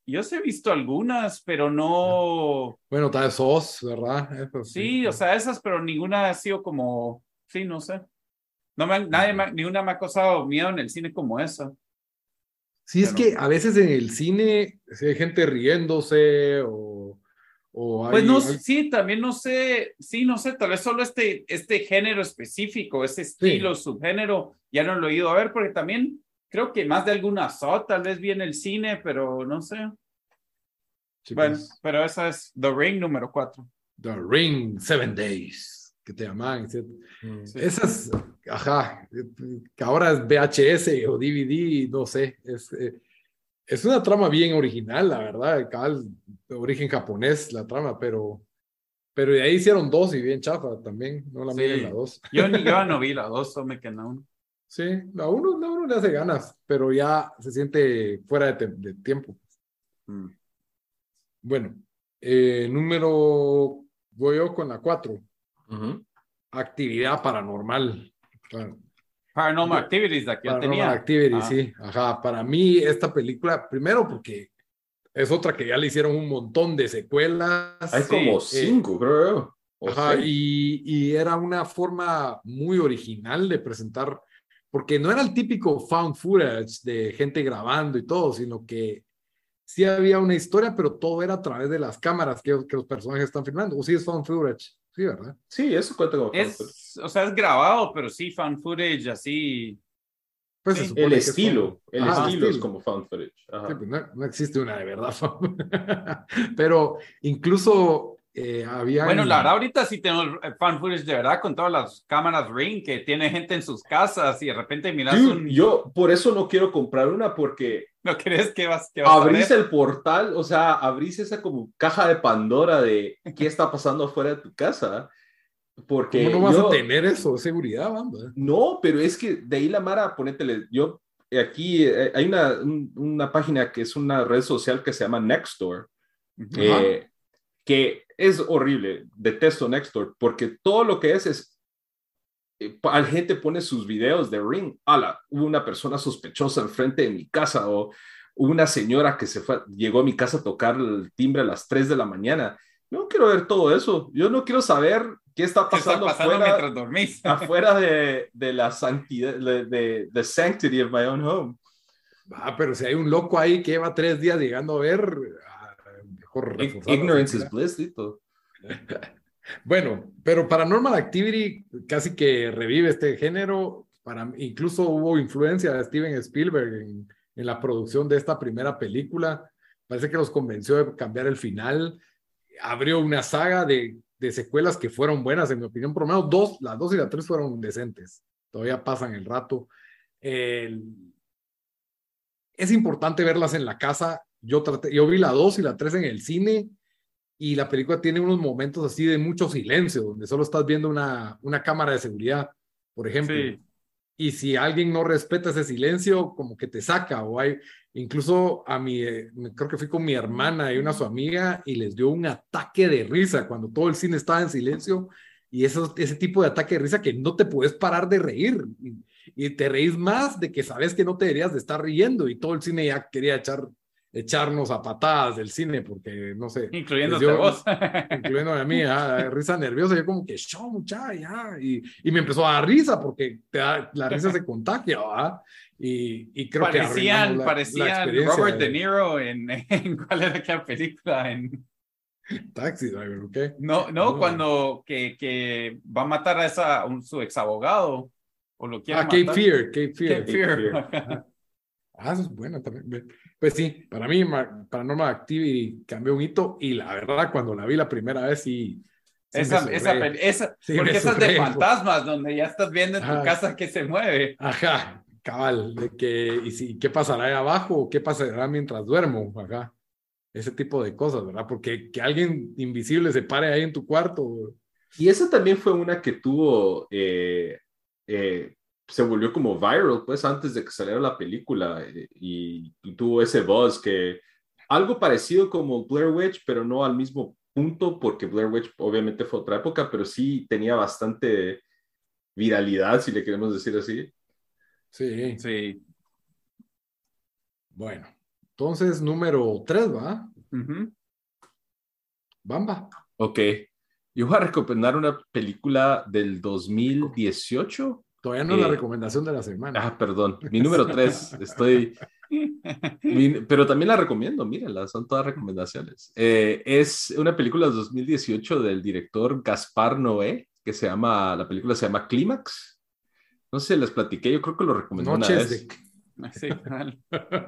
yo sí he visto algunas, pero no... Bueno, tal vez Sos, ¿verdad? Eso Sí, o sea, esas, pero ninguna ha sido como... Sí, no sé. No me, han- nadie me, ni una me ha causado miedo en el cine como esa. Sí, es Pero, que a veces en el cine sí hay gente riéndose o, o pues no, hay, hay- sí, también no sé, sí, no sé, tal vez solo este, este género específico, este estilo, sí, subgénero, ya no lo he ido a ver, porque también creo que más de alguna Saw tal vez vi en el cine, pero no sé. sí, Bueno, pues, pero esa es The Ring número cuatro. The Ring, Seven Days, que te llaman, ¿sí? Mm. Sí. Esas, ajá, que ahora es V H S o D V D, no sé, es, eh, es una trama bien original, la verdad, cabal, de origen japonés la trama, pero, pero de ahí hicieron dos y bien chafa también, no la miren la Sí, dos. yo ni yo no vi la dos, solo me quedé uno. Sí, la uno, la uno le hace ganas, pero ya se siente fuera de, te- de tiempo. Mm. Bueno, eh, número, voy yo con la cuatro, Ujú. actividad paranormal. Claro. Paranormal Yo- Activities, la que yo Paranormal tenía. Activity, Ah, sí. Ajá, para mí esta película, primero porque es otra que ya le hicieron un montón de Hay secuelas, como sí, eh, cinco, creo yo, o ajá, seis. y, y era una forma muy original de presentar, porque no era el típico found footage de gente grabando y todo, sino que sí había una historia, pero todo era a través de las cámaras que, que los personajes están filmando. O sí es found footage, sí, ¿verdad? Sí, eso cuenta como fan footage. es, o sea, es grabado, pero sí, fan footage, así, Pues se sí, El supone que es found. estilo, el Ajá, el estilo es estilo. como fan footage. Sí, Ajá. pues no, no existe una de verdad. Pero incluso eh, bueno, la verdad, habían, ahorita sí tenemos eh, fan footage de verdad con todas las cámaras Ring que tiene gente en sus casas y de repente miras Dude, un, yo por eso no quiero comprar una porque ¿no crees que vas, que vas a abrís ver? el portal, o sea, abrís esa como caja de Pandora de qué está pasando afuera de tu casa, ¿cómo no porque vas a yo, tener eso? Seguridad, vamos. no, pero es que de ahí la Mara, ponétele, yo, aquí eh, hay una, un- una página que es una red social que se llama Nextdoor, Ujú. Ajá. eh, que es horrible, detesto Nextdoor, porque todo lo que es es eh, la gente pone sus videos de Ring. Ala, hubo una persona sospechosa enfrente de mi casa o hubo una señora que se fue, llegó a mi casa a tocar el timbre a las tres de la mañana. No quiero ver todo eso. Yo no quiero saber qué está ¿Qué está pasando pasando afuera, mientras dormís? afuera de, de la santidad, de, de the sanctity of my own home. Ah, pero si hay un loco ahí que lleva tres días llegando a ver, ah, mejor Ig- reforzar la Ignorance is seguridad. bliss, Lito. Bueno, pero Paranormal Activity casi que revive este género. Para, incluso hubo influencia de Steven Spielberg en, en la producción de esta primera película. Parece que los convenció de cambiar el final. Abrió una saga de, de secuelas que fueron buenas, en mi opinión. Por lo menos dos, las dos y las tres fueron decentes. Todavía pasan el rato. El, es importante verlas en la casa. Yo, traté, yo vi la dos y la tres en el cine y la película tiene unos momentos así de mucho silencio, donde solo estás viendo una, una cámara de seguridad, por ejemplo. Sí, Y si alguien no respeta ese silencio, como que te saca, o hay, incluso a mi, eh, creo que fui con mi hermana y una su amiga y les dio un ataque de risa cuando todo el cine estaba en silencio y eso, ese tipo de ataque de risa que no te puedes parar de reír y, y te reís más de que sabes que no te deberías de estar riendo y todo el cine ya quería echar, echarnos a patadas del cine porque, no sé, les incluyéndote dio, vos. incluyendo a mí, ah, risa nerviosa, yo como que, show, muchacha, ya, y, y me empezó a dar risa porque te da, la risa se contagia, ¿verdad? Y, y creo que arruinamos Parecían, la, la parecían experiencia Robert De de Niro en, en ¿cuál era aquella película? En, Taxi Driver, ¿ok? no, no, No. cuando que, que va a matar a esa, a un, su ex abogado o lo quiere Ah, Cape matar. Fear, Cape Cape Fear. Cape Fear. Fear. Ah, ah, eso es buena también. Pues sí, para mí Paranormal Activity cambió un hito y la verdad cuando la vi la primera vez sí, sí me Esa, esa, zurré, esa, sí me porque esas de zurré. Por, fantasmas, donde ya estás viendo en tu ajá, casa que se mueve. ajá, cabal, de que, y si, ¿qué pasará ahí abajo o qué pasará mientras duermo? Ajá, ese tipo de cosas, ¿verdad? Porque que alguien invisible se pare ahí en tu cuarto. Y esa también fue una que tuvo, eh, eh, se volvió como viral, pues antes de que saliera la película eh, y, y tuvo ese buzz que algo parecido como Blair Witch, pero no al mismo punto, porque Blair Witch obviamente fue otra época, pero sí tenía bastante viralidad, si le queremos decir así. Sí, Sí. bueno. Entonces, número tres, ¿va? Uh-huh. Bamba. Ok. Yo voy a recomendar una película del dos mil dieciocho. Todavía no eh, es la recomendación de la semana. Ah, perdón. Mi número tres. Estoy... Mi, pero también la recomiendo, mírenla, son todas recomendaciones. Eh, es una película de dos mil dieciocho del director Gaspar Noé, que se llama, la película se llama Clímax. No sé, les platiqué, yo creo que lo recomendé una Noches vez. de... Sí, tal.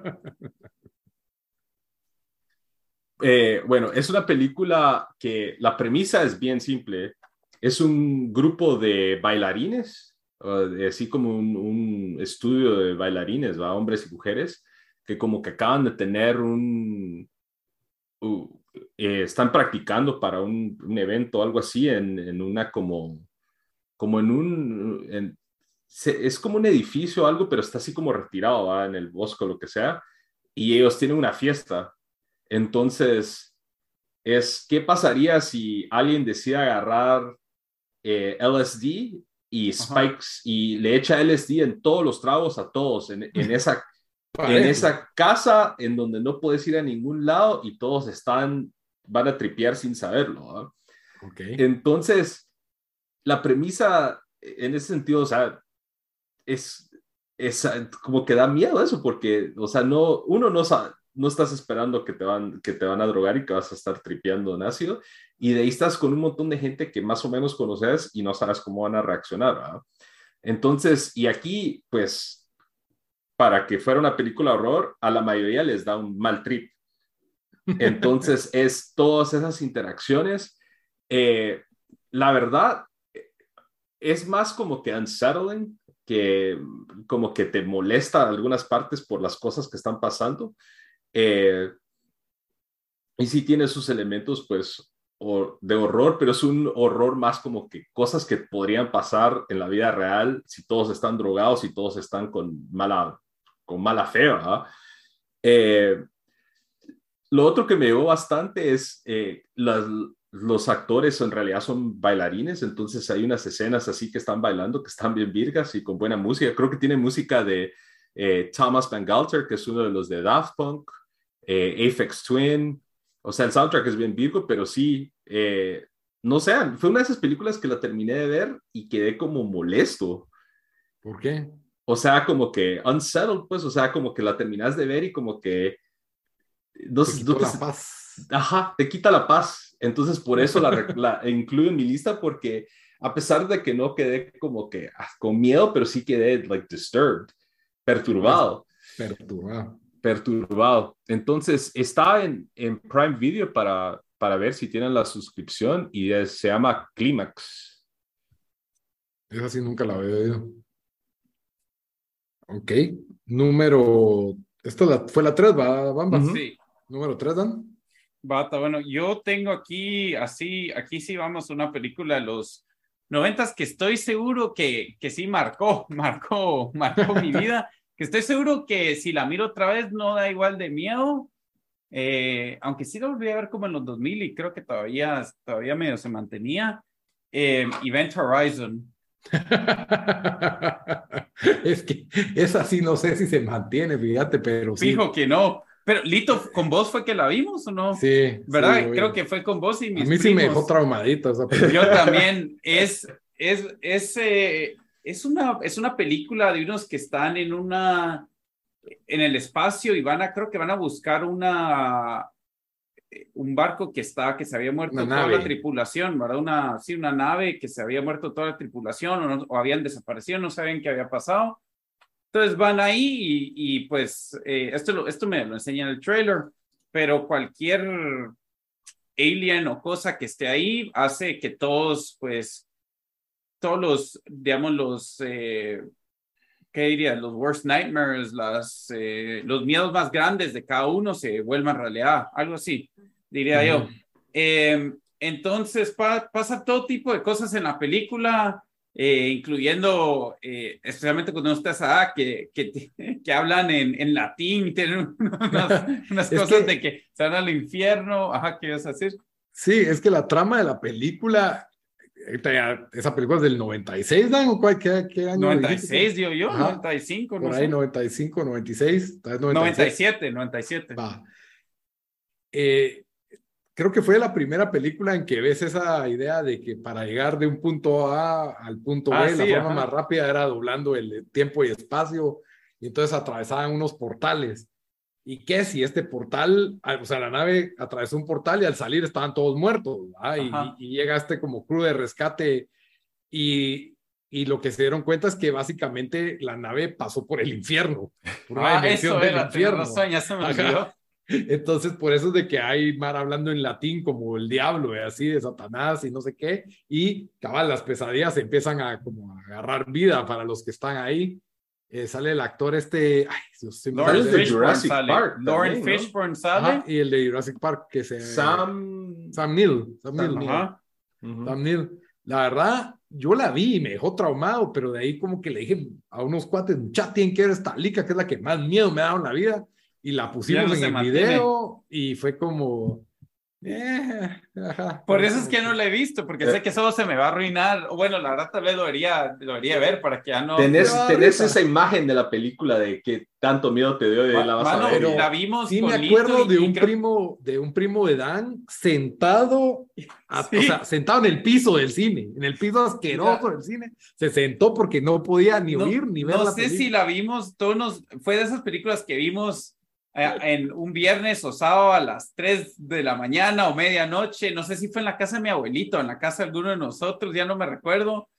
Eh, bueno, es una película que la premisa es bien simple. Es un grupo de bailarines, uh, así como un, un estudio de bailarines, ¿va? Hombres y mujeres, que como que acaban de tener un... Uh, eh, están practicando para un, un evento o algo así en, en una como... como en un... En, se, es como un edificio o algo, pero está así como retirado, ¿va? En el bosque o lo que sea. Y ellos tienen una fiesta. Entonces, es qué pasaría si alguien decide agarrar eh, L S D y spikes Ajá. y le echa L S D en todos los tragos a todos, en, en, esa, en esa casa en donde no puedes ir a ningún lado y todos están, van a tripear sin saberlo. ¿eh? Okay. Entonces, la premisa en ese sentido, o sea, es, es como que da miedo eso, porque, o sea, no, uno no sabe, no estás esperando que te, van, que te van a drogar y que vas a estar tripeando en ácido, y de ahí estás con un montón de gente que más o menos conoces y no sabes cómo van a reaccionar, ¿verdad? Entonces, y aquí, pues, para que fuera una película de horror, a la mayoría les da un mal trip. Entonces, es todas esas interacciones. Eh, la verdad, es más como que unsettling, que como que te molesta en algunas partes por las cosas que están pasando. Eh, y sí tiene sus elementos, pues, o, de horror, pero es un horror más como que cosas que podrían pasar en la vida real si todos están drogados y todos están con mala, con mala fe, ¿verdad? Eh, lo otro que me llevó bastante es eh, las, los actores en realidad son bailarines, entonces hay unas escenas así que están bailando, que están bien virgas y con buena música. Creo que tiene música de eh, Thomas Bangalter, que es uno de los de Daft Punk, eh, Aphex Twin. O sea, el soundtrack es bien virgo, pero sí, eh, no sé, fue una de esas películas que la terminé de ver y quedé como molesto. ¿Por qué? O sea, como que unsettled, pues, o sea, como que la terminas de ver y como que... No, te quitó no te, la paz. Ajá, te quita la paz. Entonces, por eso la, la incluyo en mi lista, porque a pesar de que no quedé como que ah, con miedo, pero sí quedé, like, disturbed, perturbado. Perturbado. Perturbado. Entonces, está en, en Prime Video para, para ver si tienen la suscripción y es, se llama Clímax. Esa sí nunca la había oído. Ok. Número... Esta la, fue la tres, ¿va, Bamba? Uh-huh. Sí. Número tres, Dan. Bata, bueno, yo tengo aquí, así, aquí sí vamos a una película de los noventas que estoy seguro que, que sí marcó, marcó, marcó mi vida, que estoy seguro que si la miro otra vez no da igual de miedo, eh, aunque sí lo volví a ver como en los dos mil y creo que todavía, todavía medio se mantenía, eh, Event Horizon. Es que esa sí no sé si se mantiene, fíjate, pero sí. Fijo que no. Pero, Lito, ¿con vos fue que la vimos o no? Sí. ¿Verdad? Sí, creo que fue con vos y mis A mí primos. sí me dejó traumadito esa película. Yo también. Es, es, es, eh, es, una, es una película de unos que están en una... en el espacio y van a, creo que van a buscar una... un barco que está, que se había muerto una toda nave. la tripulación, ¿verdad? Una, sí, una nave que se había muerto toda la tripulación o, no, o habían desaparecido, no sabían qué había pasado. Entonces van ahí y, y pues eh, esto, lo, esto me lo enseña en el trailer, pero cualquier alien o cosa que esté ahí hace que todos, pues, todos los, digamos, los, eh, ¿qué diría? Los worst nightmares, las, eh, los miedos más grandes de cada uno se vuelvan realidad, algo así, diría uh-huh. yo. Eh, entonces pa, pasa todo tipo de cosas en la película. Eh, incluyendo, eh, especialmente cuando uno está esa que, que, que hablan en, en latín, tienen unas, unas cosas que, de que se van al infierno. Ajá, ¿qué ibas a decir? Sí, es que la trama de la película esa película es del noventa y seis, Dan, ¿o cuál, qué, qué año? noventa y seis, digo yo, Ajá. noventa y cinco, no Por ahí, sé. noventa y cinco, noventa y seis, tal vez noventa y noventa y siete. siete, noventa y siete. Va. Eh, creo que fue la primera película en que ves esa idea de que para llegar de un punto A al punto Ah, B, la sí, forma ajá. más rápida era doblando el tiempo y espacio, y entonces atravesaban unos portales. ¿Y qué si este portal, o sea, la nave atravesó un portal y al salir estaban todos muertos, ¿verdad? Y, y llega este como crew de rescate y, y lo que se dieron cuenta es que básicamente la nave pasó por el infierno, por una Ah, dimensión eso del era, tenés infierno. razón, ya se me olvidó. Ajá. Entonces, por eso es de que hay mar hablando en latín como el diablo, ¿eh? Así de Satanás y no sé qué, y cabal, las pesadillas empiezan a como a agarrar vida para los que están ahí. Eh, sale el actor este, ay, Dios, se me Sale Lawrence el de Fishburne Jurassic sale. Park Lawrence también, ¿no? Fishburne sale. Ajá, y el de Jurassic Park, que se... Sam... Sam Neill. Sam Neill. Sam Neill. Ajá. Ujú. Sam Neill. La verdad, yo la vi y me dejó traumado, pero de ahí como que le dije a unos cuates, mucha, tienen que ver esta lica, que es la que más miedo me ha dado en la vida, y la pusimos Ya no en se el mantiene. video, y fue como... Eh, ajá, Por fue eso es como que no la he visto, porque Eh. sé que eso se me va a arruinar. Bueno, la verdad tal vez lo debería, lo debería ver para que ya no... Tenés, Pero tenés ahorita- esa imagen de la película de que tanto miedo te dio y Ma- la vas mano, a ver. pero- y- la vimos Sí con me Lito acuerdo y- de y un creo- primo, de un primo de Dan sentado, a- Sí. o sea, sentado en el piso del cine, en el piso asqueroso Mira. del cine, se sentó porque no podía ni No, oír ni ver no la sé película. si la vimos, todos nos, fue de esas películas que vimos eh, en un viernes o sábado a las tres de la mañana o medianoche, no sé si fue en la casa de mi abuelito, en la casa de alguno de nosotros, ya no me recuerdo,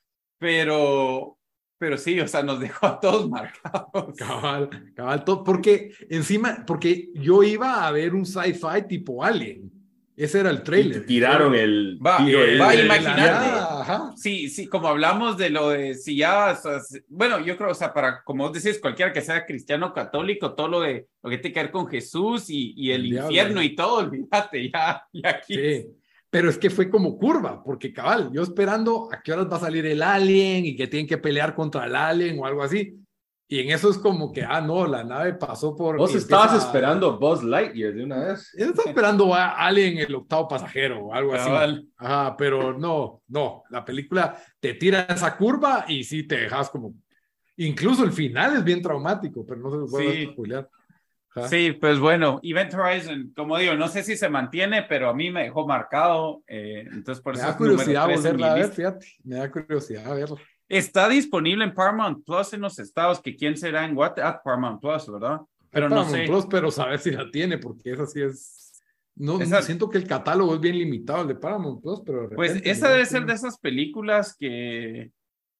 pero, pero sí, o sea, nos dejó a todos marcados. Cabal, cabal, todo, porque encima, porque yo iba a ver un sci-fi tipo Alien, ese era el Y trailer. te tiraron el Va, tiro ahí va, de- imagínate. Ya, ajá. Sí, sí, como hablamos de lo de si ya, o sea, si- bueno, yo creo, o sea, para, como vos decís, cualquiera que sea cristiano o católico, todo lo de lo que tiene que ver con Jesús y, y el, El diablo. infierno y todo, olvídate, ya, ya aquí. Sí, pero es que fue como curva, porque cabal, yo esperando a qué horas va a salir el alien y que tienen que pelear contra el alien o algo así. Y en eso es como que, ah, no, la nave pasó por... Vos y estabas empieza- esperando Buzz Lightyear de una vez. Yo estaba esperando a Alien, el octavo pasajero o algo así. Cabal. Ajá, pero no, no, la película te tira esa curva y sí te dejas como... Incluso el final es bien traumático, pero no se lo puedo Sí. spoilear. Ajá. Sí, pues bueno, Event Horizon, como digo, no sé si se mantiene, pero a mí me dejó marcado, eh, entonces por Me eso da es número curiosidad tres en mi volverla a ver, lista. fíjate. Me da curiosidad verla. Está disponible en Paramount Plus en los estados, que quién será en Guate, ah, Paramount Plus, ¿verdad? Pero no Paramount sé. Plus, pero saber si la tiene, porque esa sí es... No, Esa- siento que el catálogo es bien limitado, el de Paramount Plus, pero... de Pues repente, esa ¿no? debe ser de esas películas que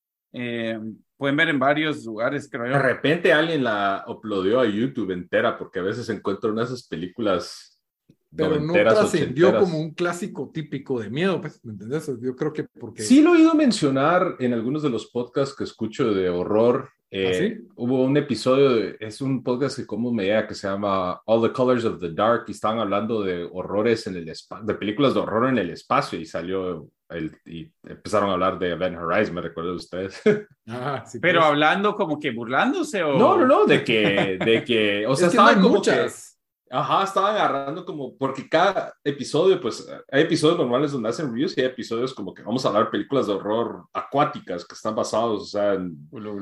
eh, pueden ver en varios lugares, creo De yo. repente alguien la uploadó a YouTube entera, porque a veces encuentro una de esas películas Pero no noventeras, trascendió ochenteras. como un clásico típico de miedo, pues, ¿me entendés? Yo creo que porque... Sí lo he oído mencionar en algunos de los podcasts que escucho de horror. Eh, ¿Ah, sí? Hubo un episodio, de, es un podcast que como me llega, que se llama All the Colors of the Dark, y estaban hablando de horrores en el espacio, de películas de horror en el espacio, y salió el, y empezaron a hablar de Event Horizon, me recuerdo de ustedes. Ah, sí, Pero pues. hablando como que burlándose o... No, no, no, de que, de que, o sea, Es que no estaban hay como muchas. que, ajá, estaban agarrando como, porque cada episodio, pues, hay episodios normales donde hacen reviews y hay episodios como que vamos a hablar de películas de horror acuáticas que están basados, o sea, en,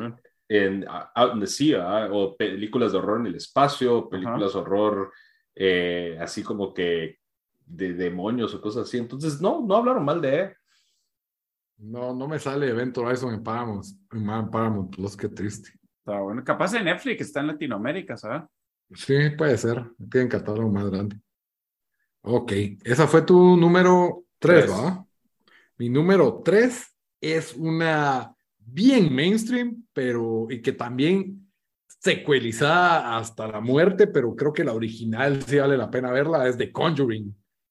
en Out in the Sea, ¿ah? O películas de horror en el espacio, películas de horror eh, así como que de demonios o cosas así. Entonces, no, no hablaron mal de él. No, no me sale Event Horizon en Paramount, en Paramount Plus, qué triste. Está bueno. Capaz en Netflix está en Latinoamérica, ¿sabes? Sí, puede ser. Tienen catálogo más grande. Ok, esa fue tu número tres, Tres. ¿va? Mi número tres es una bien mainstream, pero y que también secuelizada hasta la muerte, pero creo que la original sí vale la pena verla, es The Conjuring.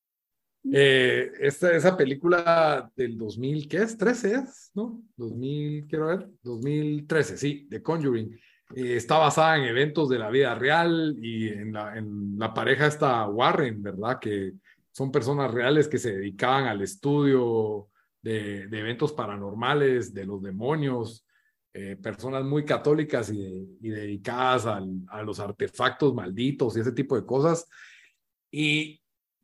Eh, esta, esa película del dos mil, ¿qué es? trece es, ¿no? dos mil, quiero ver, dos mil trece, sí, The Conjuring. Eh, está basada en eventos de la vida real y en la, en la pareja esta Warren, ¿verdad? Que son personas reales que se dedicaban al estudio de, de eventos paranormales, de los demonios, eh, personas muy católicas y, y dedicadas al, a los artefactos malditos y ese tipo de cosas. Y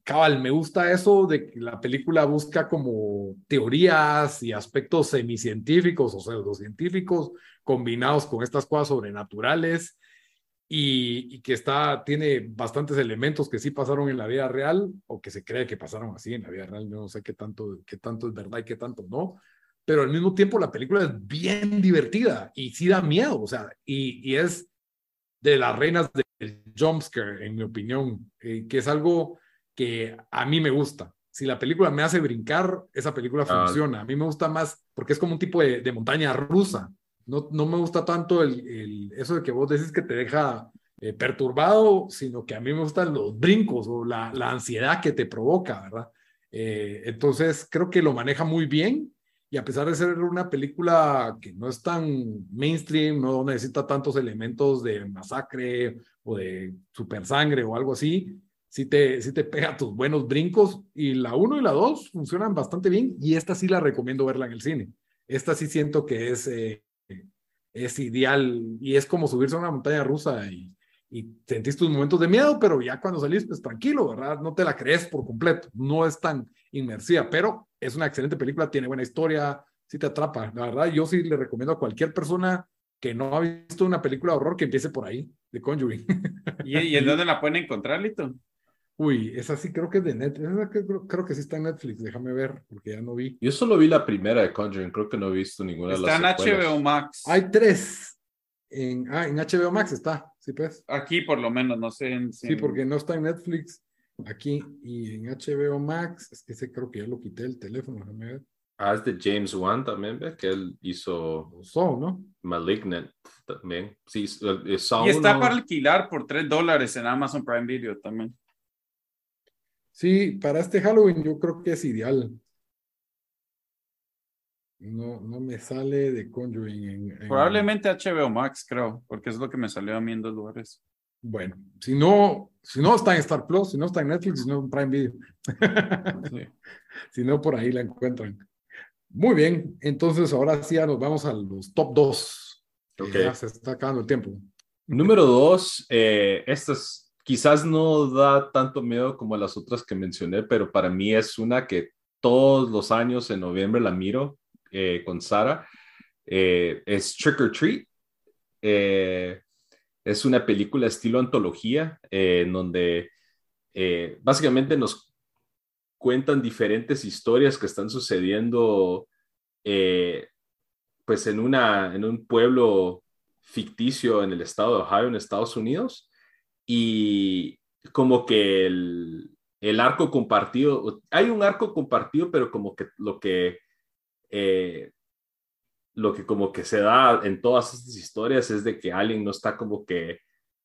cabal, me gusta eso de que la película busca como teorías y aspectos semicientíficos o pseudocientíficos combinados con estas cosas sobrenaturales y, y que está, tiene bastantes elementos que sí pasaron en la vida real o que se cree que pasaron así en la vida real. Yo no sé qué tanto, qué tanto es verdad y qué tanto no, pero al mismo tiempo la película es bien divertida y sí da miedo, o sea, y, y es de las reinas del jumpscare, en mi opinión, eh, que es algo que a mí me gusta. Si la película me hace brincar, esa película Ah, funciona. A mí me gusta más porque es como un tipo de, de montaña rusa. No, no me gusta tanto el, el, eso de que vos decís que te deja eh, perturbado, sino que a mí me gustan los brincos o la, la ansiedad que te provoca, ¿verdad? Eh, entonces creo que lo maneja muy bien y a pesar de ser una película que no es tan mainstream, no necesita tantos elementos de masacre o de super sangre o algo así, sí te, sí te pega tus buenos brincos y la uno y la dos funcionan bastante bien y esta sí la recomiendo verla en el cine. Esta sí siento que es, eh, es ideal y es como subirse a una montaña rusa y, y sentís tus momentos de miedo, pero ya cuando salís, pues tranquilo, ¿verdad? No te la crees por completo, no es tan inmersiva, pero es una excelente película, tiene buena historia, sí te atrapa. La verdad, yo sí le recomiendo a cualquier persona que no ha visto una película de horror que empiece por ahí, de Conjuring. ¿Y, y en dónde la pueden encontrar, Lito? Uy, esa sí creo que es de Netflix. Esa que creo, creo que sí está en Netflix, déjame ver, porque ya no vi. yo solo vi la primera de Conjuring, creo que no he visto ninguna de las Está en H B O secuelas. Max. Hay tres. En, ah, en H B O Max está, sí, pues. Aquí por lo menos, no sé en, Sí, en- porque no está en Netflix. Aquí y en H B O Max, es que ese creo que ya lo quité el teléfono, déjame ver. Ah, es de James Wan también, ¿ve? Que él hizo So, ¿no? Malignant también. Sí, eh, Y Saw está para uno. alquilar por tres dólares en Amazon Prime Video también. Sí, para este Halloween yo creo que es ideal. No, no me sale de Conjuring en, en- Probablemente H B O Max, creo, porque es lo que me salió a mí en dos lugares. Bueno, si no, si no está en Star Plus, si no está en Netflix, si no en Prime Video. Sí. Si no, por ahí la encuentran. Muy bien, entonces ahora sí ya nos vamos a los top dos, que Ok. ya se está acabando el tiempo. Número dos, eh, esta es- quizás no da tanto miedo como las otras que mencioné, pero para mí es una que todos los años en noviembre la miro eh, con Sara. Eh, es Trick or Treat. Eh, es una película estilo antología eh, en donde eh, básicamente nos cuentan diferentes historias que están sucediendo eh, pues en, una, en un pueblo ficticio en el estado de Ohio, en Estados Unidos, y como que el, el arco compartido, hay un arco compartido, pero como que lo que, eh, lo que como que se da en todas estas historias es de que alguien no está como que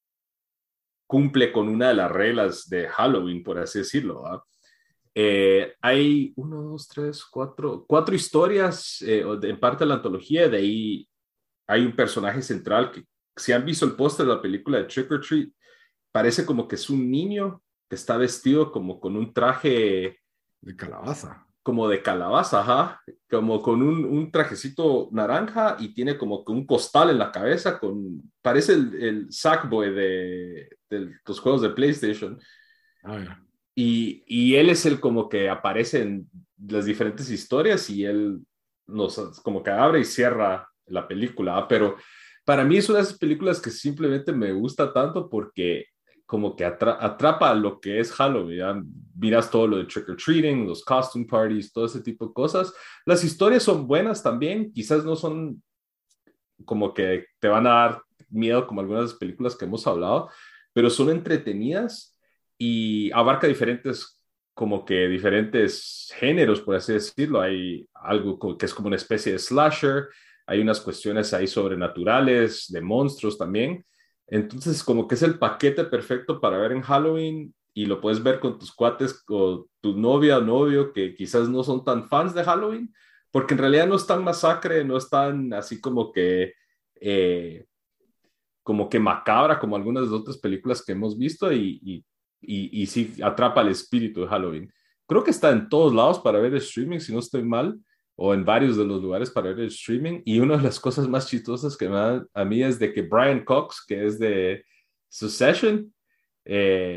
cumple con una de las reglas de Halloween, por así decirlo, ¿verdad? Eh, hay uno, dos, tres, cuatro, cuatro historias eh, en parte de la antología, de ahí hay un personaje central que, si han visto el póster de la película de Trick or Treat, parece como que es un niño que está vestido como con un traje De calabaza. como de calabaza, ajá, como con un, un trajecito naranja y tiene como que un costal en la cabeza con, parece el, el Sackboy de, de los juegos de PlayStation. Ah, ya. Y, y él es el como que aparece en las diferentes historias y él nos como que abre y cierra la película, ¿ah? Pero para mí es una de esas películas que simplemente me gusta tanto porque como que atra atrapa lo que es Halloween, ¿ya? Miras todo lo de trick or treating, los costume parties, todo ese tipo de cosas. Las historias son buenas también, quizás no son como que te van a dar miedo como algunas de las películas que hemos hablado, pero son entretenidas y abarca diferentes, como que diferentes géneros, por así decirlo. Hay algo que es como una especie de slasher, hay unas cuestiones ahí sobrenaturales, de monstruos también. Entonces, como que es el paquete perfecto para ver en Halloween y lo puedes ver con tus cuates o tu novia o novio que quizás no son tan fans de Halloween, porque en realidad no es tan masacre, no es tan así como que, eh, como que macabra como algunas de las otras películas que hemos visto y, y, y, y sí atrapa el espíritu de Halloween. Creo que está en todos lados para ver el streaming, si no estoy mal, o en varios de los lugares para ver el streaming. Y una de las cosas más chistosas que me dan a mí es de que Brian Cox, que es de Succession, eh,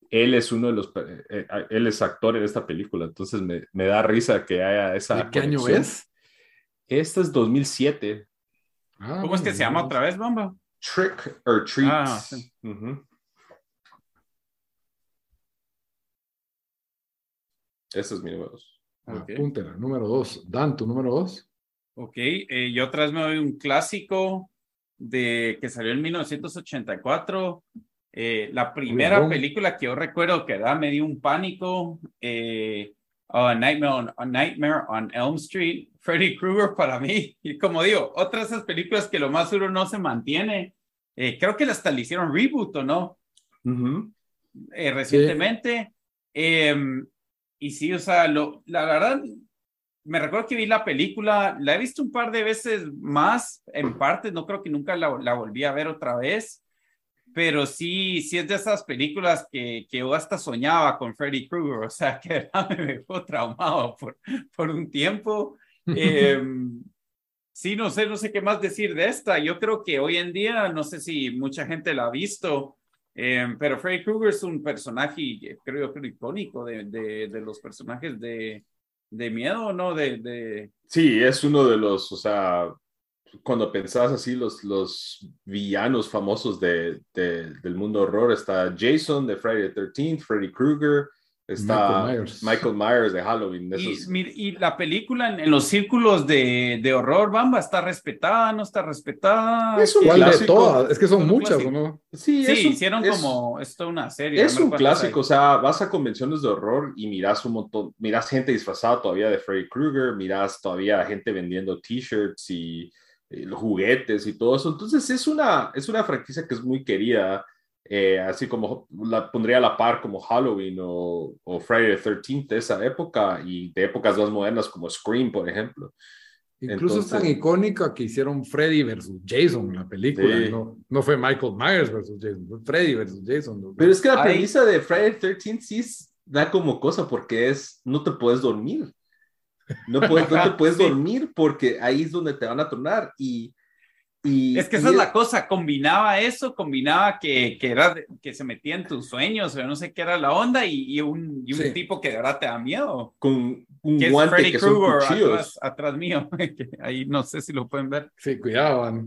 él es uno de los, eh, él es actor en esta película, entonces me, me da risa que haya esa ¿De qué año conexión. es? Esta es dos mil siete. Ah, ¿Cómo es que se llama otra vez, Bamba? Trick or Treat. Ah, sí. Uh-huh. Ese es mi número dos. Okay. Apúntela, número dos. Dan, ¿tu número dos? Ok, eh, yo otra vez me doy un clásico de que salió en mil novecientos ochenta y cuatro. Eh, la primera Cuidadón. película que yo recuerdo que da me dio un pánico. Eh, uh, Nightmare, on, A Nightmare on Elm Street. Freddy Krueger para mí. Y como digo, otras de esas películas que lo más duro no se mantiene. Eh, creo que hasta le hicieron reboot, ¿o no? Uh-huh. Eh, recientemente. Sí. Eh, y sí, o sea, lo, la verdad... Me recuerdo que vi la película, la he visto un par de veces más, en partes, no creo que nunca la, la volví a ver otra vez, pero sí, sí es de esas películas que, que yo hasta soñaba con Freddy Krueger, o sea, que me dejó traumado por, por un tiempo. Eh, sí, no sé, no sé qué más decir de esta. Yo creo que hoy en día, no sé si mucha gente la ha visto, eh, pero Freddy Krueger es un personaje, creo que icónico de, de, de los personajes de... de miedo, ¿no? De, de... Sí, es uno de los, o sea, cuando pensás así, los, los villanos famosos de, de, del mundo horror, está Jason de Friday the thirteenth, Freddy Krueger, está Michael Myers, Michael Myers de Halloween. Y, Esos... y la película en, en los círculos de, de horror, Bamba, ¿está respetada? ¿No está respetada? Es un ¿cuál clásico. de todas? Es que son Un muchas, clásico. ¿o no? Sí, Sí, es un, hicieron es, como esto una serie. es no un cuántas clásico, hay. o sea, vas a convenciones de horror y miras un montón, miras gente disfrazada todavía de Freddy Krueger, miras todavía gente vendiendo t-shirts y, y juguetes y todo eso. Entonces es una, es una franquicia que es muy querida, eh, así como la pondría a la par como Halloween o, o Friday the thirteenth de esa época y de épocas más modernas como Scream, por ejemplo. Incluso Entonces, es tan icónica que hicieron Freddy versus Jason, la película. sí. No, no fue Michael Myers versus Jason, fue Freddy versus Jason. ¿no? Pero es que la Hay- premisa de Friday the thirteenth sí es- da como cosa porque es, no te puedes dormir. No, puedes, no te puedes Sí. dormir porque ahí es donde te van a tronar y... y Es que y esa es la cosa, combinaba eso, combinaba que, que, era, que se metía en tus sueños, o no sé qué era la onda, y, y un, y un Sí. tipo que de verdad te da miedo. con un Que es guante Freddy que son Krueger cuchillos. atrás, atrás mío. Que ahí no sé si lo pueden ver. Sí, cuidado, man.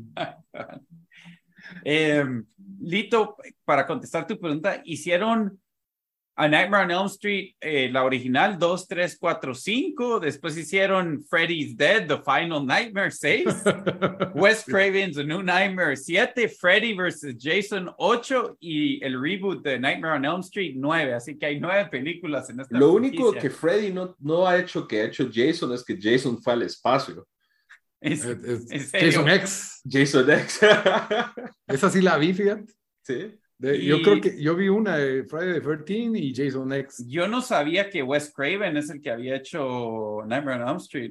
Eh, Lito, para contestar tu pregunta, hicieron A Nightmare on Elm Street, eh, la original dos, tres, cuatro, cinco. Después hicieron Freddy's Dead, The Final Nightmare seis. Wes Craven's The New Nightmare siete. Freddy versus Jason ocho. Y el reboot de Nightmare on Elm Street nueve. Así que hay nueve películas en esta Lo único franquicia. que Freddy no, no ha hecho que ha hecho Jason es que Jason fue al espacio. Es, Es- es ¿en serio? Jason X. Jason X. Esa sí la vi, fíjate. Sí. De- Y- Yo creo que yo vi una de Friday the thirteenth y Jason X. Yo no sabía que Wes Craven es el que había hecho Nightmare on Elm Street.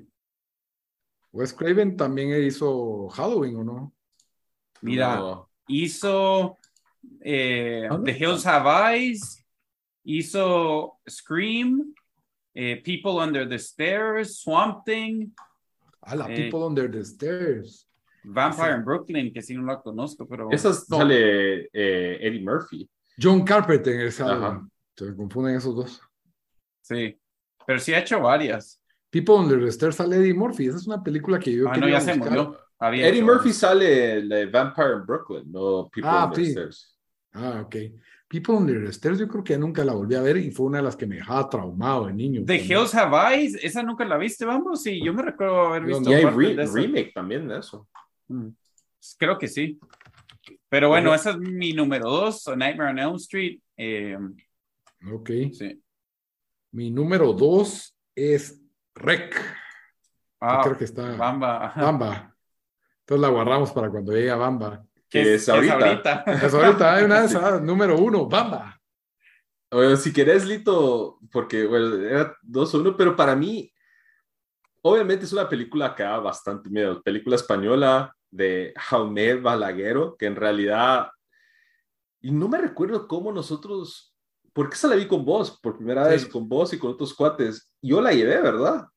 Wes Craven también hizo Halloween, ¿o no? Mira, No. hizo eh, ¿Ah, no? The Hills Have Eyes, hizo Scream, eh, People Under the Stairs, Swamp Thing, Ah, la Eh, People Under the Stairs. Vampire Sí. in Brooklyn, que sí no la conozco, pero... Esa No. sale eh, Eddie Murphy. John Carpenter es Ajá. Halloween. Se me confunden esos dos. Sí, pero sí ha hecho varias. People Under the Stairs sale Eddie Murphy. Esa es una película que yo Ah, no, quería ya se buscar. murió. Había Eddie hecho Murphy varias. sale en la Vampire in Brooklyn, no People Ah, on the sí. Stairs. Ah, ok. People Under the Stairs yo creo que nunca la volví a ver y fue una de las que me dejaba traumado de niño. The también. Hills Have Eyes, ¿esa nunca la viste, vamos? Sí, yo me recuerdo haber No, visto Y hay partes re- de esa. remake también de eso. Mm. Creo que sí. Pero bueno, esa es mi número dos, A Nightmare on Elm Street. Eh, Ok. sí. Mi número dos es Rec. Ah, creo que está- Bamba. ajá. Bamba. Entonces la guardamos para cuando llegue a Bamba. Que es ahorita. Pues ahorita hay una de esas, número uno, Bamba. Bueno, si querés, Lito, porque bueno, era dos o uno, pero para mí, obviamente es una película que da bastante miedo. Película española de Jaume Balaguero, que en realidad, y no me recuerdo cómo nosotros, porque esa la vi con vos, por primera Sí. vez, con vos y con otros cuates. Yo la llevé, ¿verdad?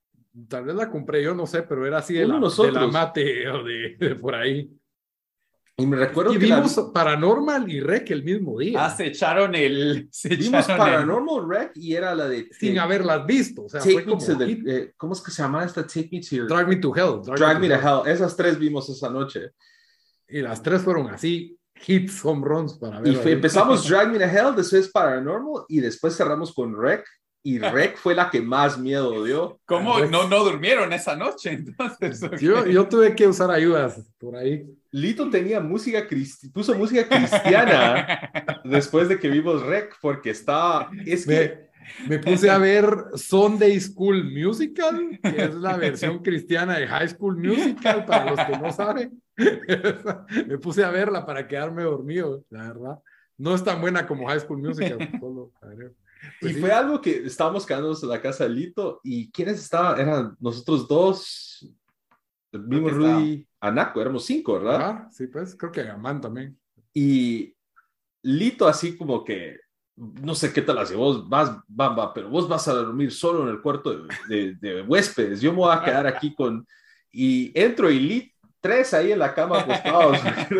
Tal vez la compré yo, no sé, pero era así de Uno la, de nosotros. de la mate o de, de por ahí. Y me recuerdo Y que la vimos Paranormal y Rec el mismo día. Ah, se echaron el... Se vimos echaron Paranormal Rec y era la de... Sin eh, haberlas visto. O sea, Take fue Me como to the... hit. eh, ¿cómo es que se llama esta? Take Me to Your... Drag Me to Hell. Drag, Drag Me to, Me to Hell. Esas tres vimos esa noche. Y las tres fueron así, hits, home runs para ver. Y fue, empezamos Drag Me to Hell, después Paranormal y después cerramos con Rec. Y Rec fue la que más miedo dio. ¿Cómo Rex. no, no durmieron esa noche? Entonces, okay. yo, yo tuve que usar ayudas por ahí. Lito tenía música, cristi puso música cristiana después de que vimos Rec, porque estaba... Es que... Me, me puse a ver Sunday School Musical, que es la versión cristiana de High School Musical, para los que no saben. Me puse a verla para quedarme dormido, la verdad. No es tan buena como High School Musical. Solo, pues y sí. fue algo que estábamos quedándonos en la casa de Lito, y ¿quiénes estaban? Eran nosotros dos, el mismo Rudy, Anaco, éramos cinco, ¿verdad? Ajá, sí, pues, creo que Amán también. Y Lito así como que, no sé qué tal hace, vos vas, Bamba, pero vos vas a dormir solo en el cuarto de, de, de huéspedes, yo me voy a quedar aquí con... Y entro y Lito, tres ahí en la cama acostados.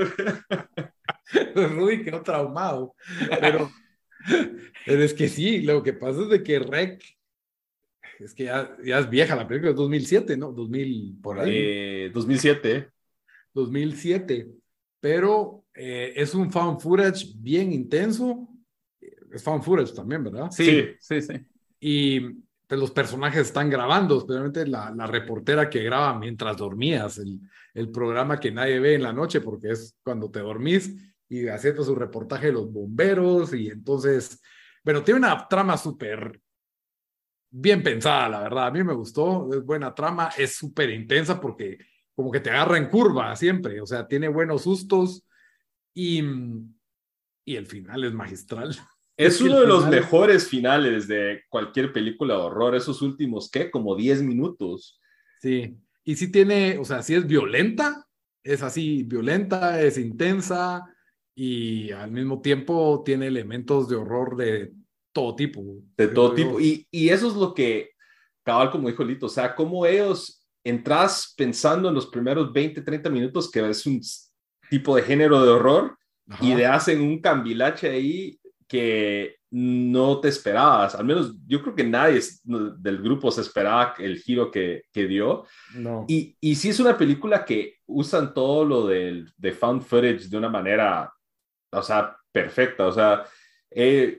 Rudy quedó traumado, pero... Pero es que sí, lo que pasa es de que Rec, es que ya, ya es vieja la película, es dos mil siete, ¿no? dos mil, por ahí. Eh, dos mil siete. dos mil siete, pero eh, es un found footage bien intenso, es found footage también, ¿verdad? Sí, sí, sí. Y pues, los personajes están grabando, especialmente la, la reportera que graba mientras dormías, el, el programa que nadie ve en la noche porque es cuando te dormís, y haciendo su reportaje de los bomberos, y entonces, bueno, tiene una trama súper bien pensada, la verdad, a mí me gustó, es buena trama, es súper intensa porque como que te agarra en curva siempre, o sea, tiene buenos sustos, y, y el final es magistral. Es, es uno de los final... mejores finales de cualquier película de horror, esos últimos, ¿qué? Como diez minutos. Sí, y sí tiene, o sea, sí es violenta, es así, violenta, es intensa, y al mismo tiempo tiene elementos de horror de todo tipo. De todo tipo. Y, y eso es lo que, cabal, como dijo Lito, o sea, como ellos entras pensando en los primeros veinte, treinta minutos que es un tipo de género de horror. Ajá. Y le hacen un cambilache ahí que no te esperabas. Al menos yo creo que nadie del grupo se esperaba el giro que, que dio. No. Y, y sí es una película que usan todo lo del, de found footage de una manera, o sea, perfecta. O sea, eh,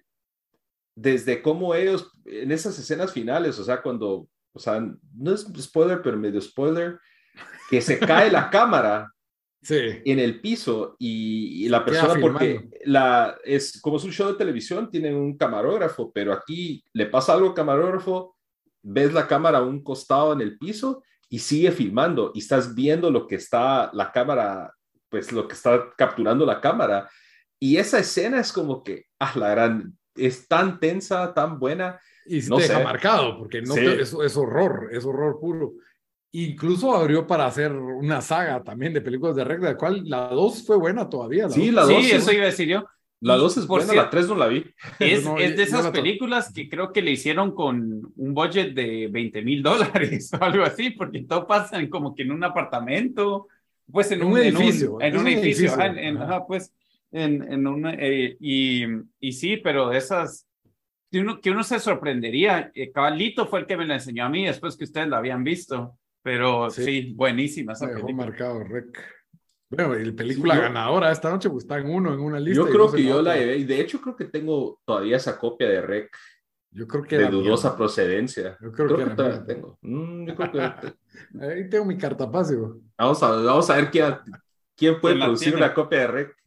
desde cómo ellos, en esas escenas finales, o sea, cuando, o sea, no es spoiler, pero medio spoiler, que se cae la cámara sí. en el piso y, y la persona, porque la, es, como es un show de televisión, tienen un camarógrafo, pero aquí le pasa algo al camarógrafo, ves la cámara a un costado en el piso y sigue filmando y estás viendo lo que está la cámara, pues lo que está capturando la cámara. Y esa escena es como que, ah, la gran, es tan tensa, tan buena. Y no te sé. deja marcado, porque no sí. te, es, es horror, es horror puro. Incluso abrió para hacer una saga también de películas de Rec, de la cual la dos fue buena todavía. La sí, dos. la dos. Sí, eso iba a decir yo. La dos es buena, cierto, la tres no la vi. Es, no, es de esas la películas que creo que le hicieron con un budget de veinte mil dólares o algo así, porque todo pasa en, como que en un apartamento, pues en, en un, un edificio. En un, en un edificio, edificio. en, en, ajá, pues en, en un... Eh, y, y sí, pero esas... Que uno, que uno se sorprendería. Eh, Cabalito fue el que me la enseñó a mí después que ustedes la habían visto. Pero sí, sí buenísima esa me dejó película. marcado Rec. Bueno, y la película sí, yo, ganadora esta noche, pues está en uno, en una lista. Yo creo que yo la llevé, y de hecho creo que tengo todavía esa copia de Rec. Yo creo que de dudosa mía. procedencia. Yo creo, creo que, que todavía la tengo. Mm, yo creo que te... Ahí tengo mi cartapacio. Vamos a, vamos a ver quién, quién puede producir tiene? una copia de Rec.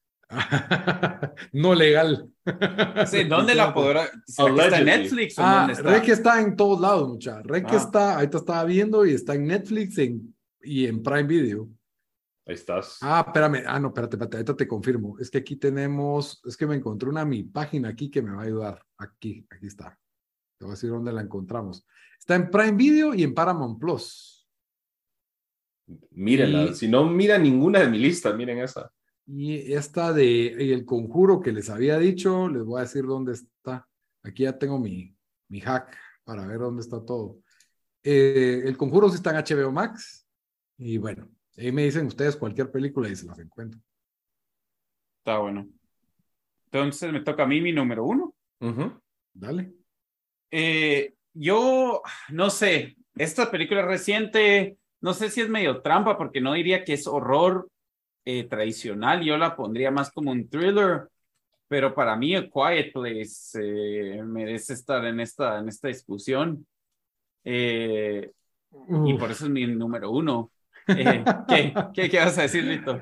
No legal. Sí, ¿dónde la podrá? ¿Está en Netflix o ah, dónde está? Rec está en todos lados, mucha. Rec ah. está, ahí te estaba viendo y está en Netflix en, y en Prime Video. Ahí estás. Ah, espérame. Ah, no, espérate, espérate, ahorita te confirmo. Es que aquí tenemos, es que me encontré una mi página aquí que me va a ayudar. Aquí, aquí está. Te voy a decir dónde la encontramos. Está en Prime Video y en Paramount Plus. Mírenla. Y... si no mira ninguna de mi lista, miren esa. Y esta de y El Conjuro que les había dicho, les voy a decir dónde está. Aquí ya tengo mi, mi hack para ver dónde está todo. Eh, El Conjuro sí está en H B O Max. Y bueno, ahí me dicen ustedes cualquier película y se las encuentro. Está bueno. Entonces me toca a mí mi número uno. Uh-huh. Dale. Eh, yo, no sé, esta película reciente, no sé si es medio trampa porque no diría que es horror eh, tradicional, yo la pondría más como un thriller, pero para mí A Quiet Place eh, merece estar en esta, en esta discusión eh, y por eso es mi número uno. Eh, ¿qué, qué, ¿Qué vas a decir, Lito?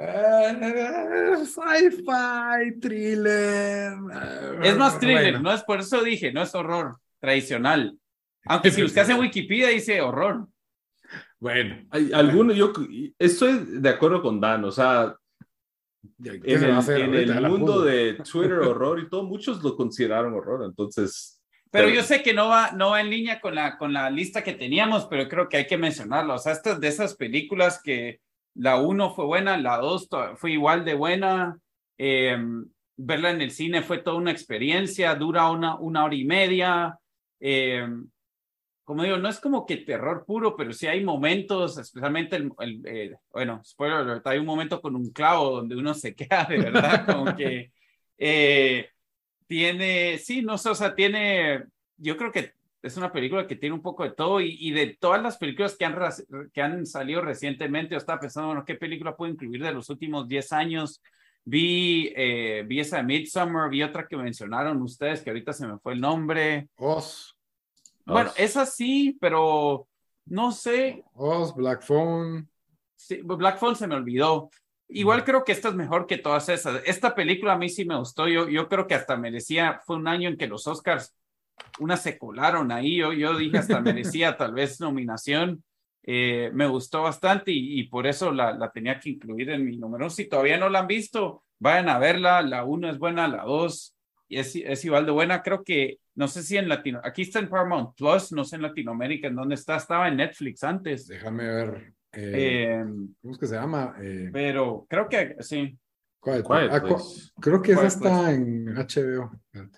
Uh, sci-fi, thriller. Es más thriller, Bueno. no es por eso dije, no es horror tradicional. Aunque si buscas en Wikipedia dice horror. Bueno. Hay algunos, yo estoy de acuerdo con Dan, o sea, ¿Qué en se va a el, hacer en ahorita? el La mundo pongo. de Twitter horror y todo, muchos lo consideraron horror, entonces... Pero yo sé que no va, no va en línea con la, con la lista que teníamos, pero creo que hay que mencionarlo. O sea, estas de esas películas que la uno fue buena, la dos fue igual de buena. Eh, verla en el cine fue toda una experiencia, dura una, una hora y media. Eh, como digo, no es como que terror puro, pero sí hay momentos, especialmente el, el eh, bueno, spoiler alert, hay un momento con un clavo donde uno se queda de verdad, como que... Eh, tiene, sí, no sé, o sea, tiene, yo creo que es una película que tiene un poco de todo y, y de todas las películas que han, que han salido recientemente, yo estaba pensando, bueno, ¿qué película puedo incluir de los últimos diez años? Vi, eh, vi esa de Midsommar, vi otra que mencionaron ustedes, que ahorita se me fue el nombre. Oz. Bueno, Oz. esa sí, pero no sé. Oz, Black Phone. Sí, Black Phone se me olvidó. Igual creo que esta es mejor que todas esas. Esta película a mí sí me gustó. Yo, yo creo que hasta merecía, fue un año en que los Oscars, unas se colaron ahí. Yo, yo dije hasta merecía tal vez nominación. Eh, me gustó bastante y, y por eso la, la tenía que incluir en mi número. Si todavía no la han visto, vayan a verla. La uno es buena, la dos es, es igual de buena. Creo que, no sé si en Latino, aquí está en Paramount Plus, no sé en Latinoamérica en dónde está. Estaba en Netflix antes. Déjame ver. Eh, Eh, ¿Cómo es que se llama? Eh, pero creo que sí. Quiet Quiet Ah, cu- Place. creo que esa Quiet está Place. en H B O. Espérate.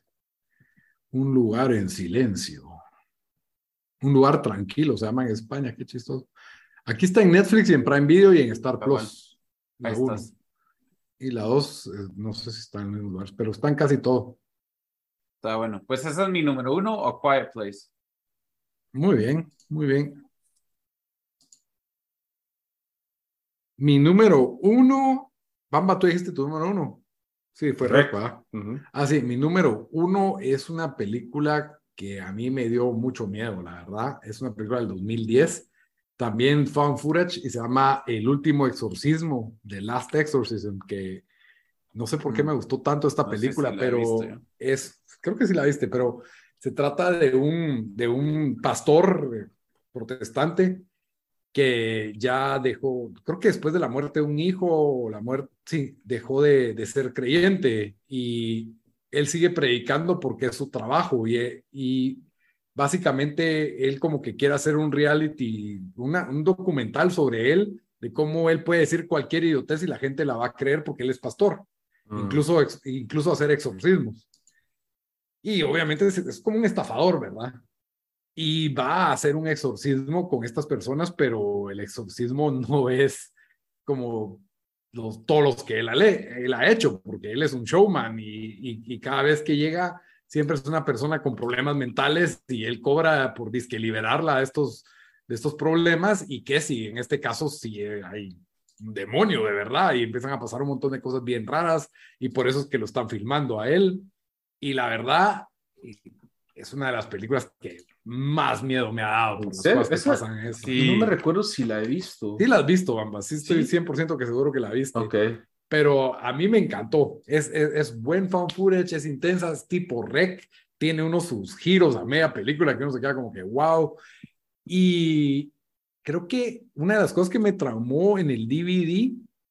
Un lugar en silencio. Un lugar tranquilo, se llama en España. Qué chistoso. Aquí está en Netflix y en Prime Video y en Star Ah, Plus. bueno. La Ahí uno. estás. Y la dos, eh, no sé si están en los lugares, pero están casi todo. Está bueno. Pues esa es mi número uno o Quiet Place. Muy bien, muy bien. Mi número uno, Bamba, tú dijiste tu número uno. Sí, fue Rec, ¿verdad? Uh-huh. Ah, sí, mi número uno es una película que a mí me dio mucho miedo, la verdad. Es una película del dos mil diez, también found footage, y se llama El último exorcismo, The Last Exorcism, que no sé por qué me gustó tanto esta No sé película, si la he pero visto yo. es, creo que sí la viste, pero se trata de un, de un pastor protestante que ya dejó, creo que después de la muerte de un hijo, o la muerte, sí, dejó de, de ser creyente y él sigue predicando porque es su trabajo y, y básicamente él como que quiere hacer un reality, una, un documental sobre él, de cómo él puede decir cualquier idiotez y la gente la va a creer porque él es pastor, mm. incluso, ex, incluso hacer exorcismos. Y obviamente es, es como un estafador, ¿verdad? Y va a hacer un exorcismo con estas personas, pero el exorcismo no es como los, todos los que él ha, él ha hecho, porque él es un showman y, y, y cada vez que llega siempre es una persona con problemas mentales y él cobra por disque liberarla de estos, de estos problemas y que si en este caso sí hay un demonio de verdad y empiezan a pasar un montón de cosas bien raras y por eso es que lo están filmando a él y la verdad es una de las películas que más miedo me ha dado por las cosas que Esa, pasan. Es, sí. No me recuerdo si la he visto. Sí la has visto, Bamba. Sí estoy ¿Sí? cien por ciento que seguro que la viste. Ok. Pero a mí me encantó. Es, es, es buen found footage, es intensa, es tipo Rec. Tiene unos sus giros a media película que uno se queda como que wow. Y creo que una de las cosas que me traumó en el D V D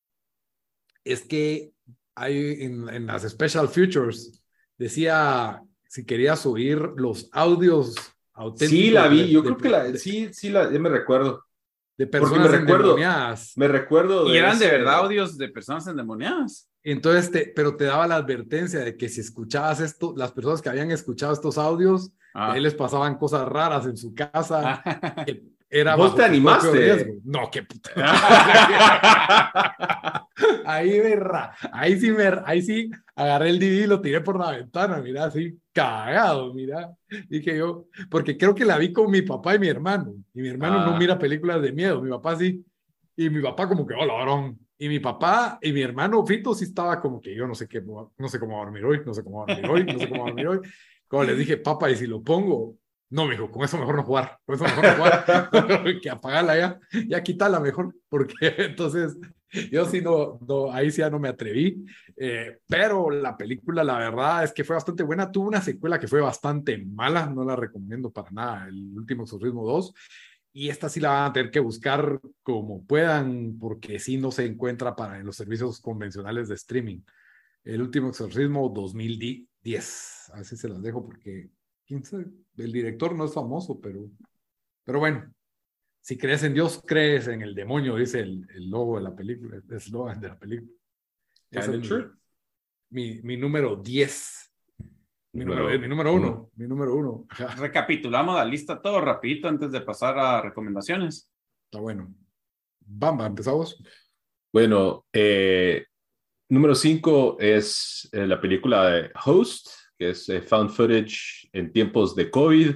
es que hay en, en las Special Features decía si querías oír los audios auténticos. Sí, la vi. De, Yo de, creo que la, de, sí, sí, la, ya me recuerdo. De personas me recuerdo, endemoniadas. Me recuerdo. De y eran ese... de verdad audios de personas endemoniadas. Entonces, te, pero te daba la advertencia de que si escuchabas esto, las personas que habían escuchado estos audios, ah. ahí les pasaban cosas raras en su casa. Ah. Que era ¿Vos te animaste? No, qué puta. Ahí, me ra- ahí sí me, ahí sí agarré el D V D y lo tiré por la ventana, mira, así cagado, mira. Dije yo, porque creo que la vi con mi papá y mi hermano. Y mi hermano no Ah, mira películas de miedo, mi papá sí. Y mi papá como que, hola, varón. Y mi papá y mi hermano Fito sí estaba como que yo no sé qué, no sé cómo dormir hoy, no sé cómo dormir hoy, no sé cómo dormir hoy. Como les dije, papá, y si lo pongo, no, mijo, con eso mejor no jugar, con eso mejor no jugar, que apagarla ya, ya quítala mejor, porque entonces yo sí no, no, ahí sí ya no me atreví, eh, pero la película, la verdad es que fue bastante buena, tuvo una secuela que fue bastante mala, no la recomiendo para nada, El Último Exorcismo dos, y esta sí la van a tener que buscar como puedan, porque sí no se encuentra para en los servicios convencionales de streaming. El Último Exorcismo dos mil diez, así se las dejo porque, quién sabe, el director no es famoso, pero, pero bueno, si crees en Dios, crees en el demonio, dice el, el logo de la película, el eslogan de la película. Ese kind es of mi, true. mi, mi número diez. Mi número, eh, Número mi número uno. uno. Mi número uno. Ajá, Recapitulamos la lista todo rapidito antes de pasar a recomendaciones. está bueno. Bamba, empezamos. Bueno, eh, número cinco es eh, la película de Host, que es eh, found footage en tiempos de COVID.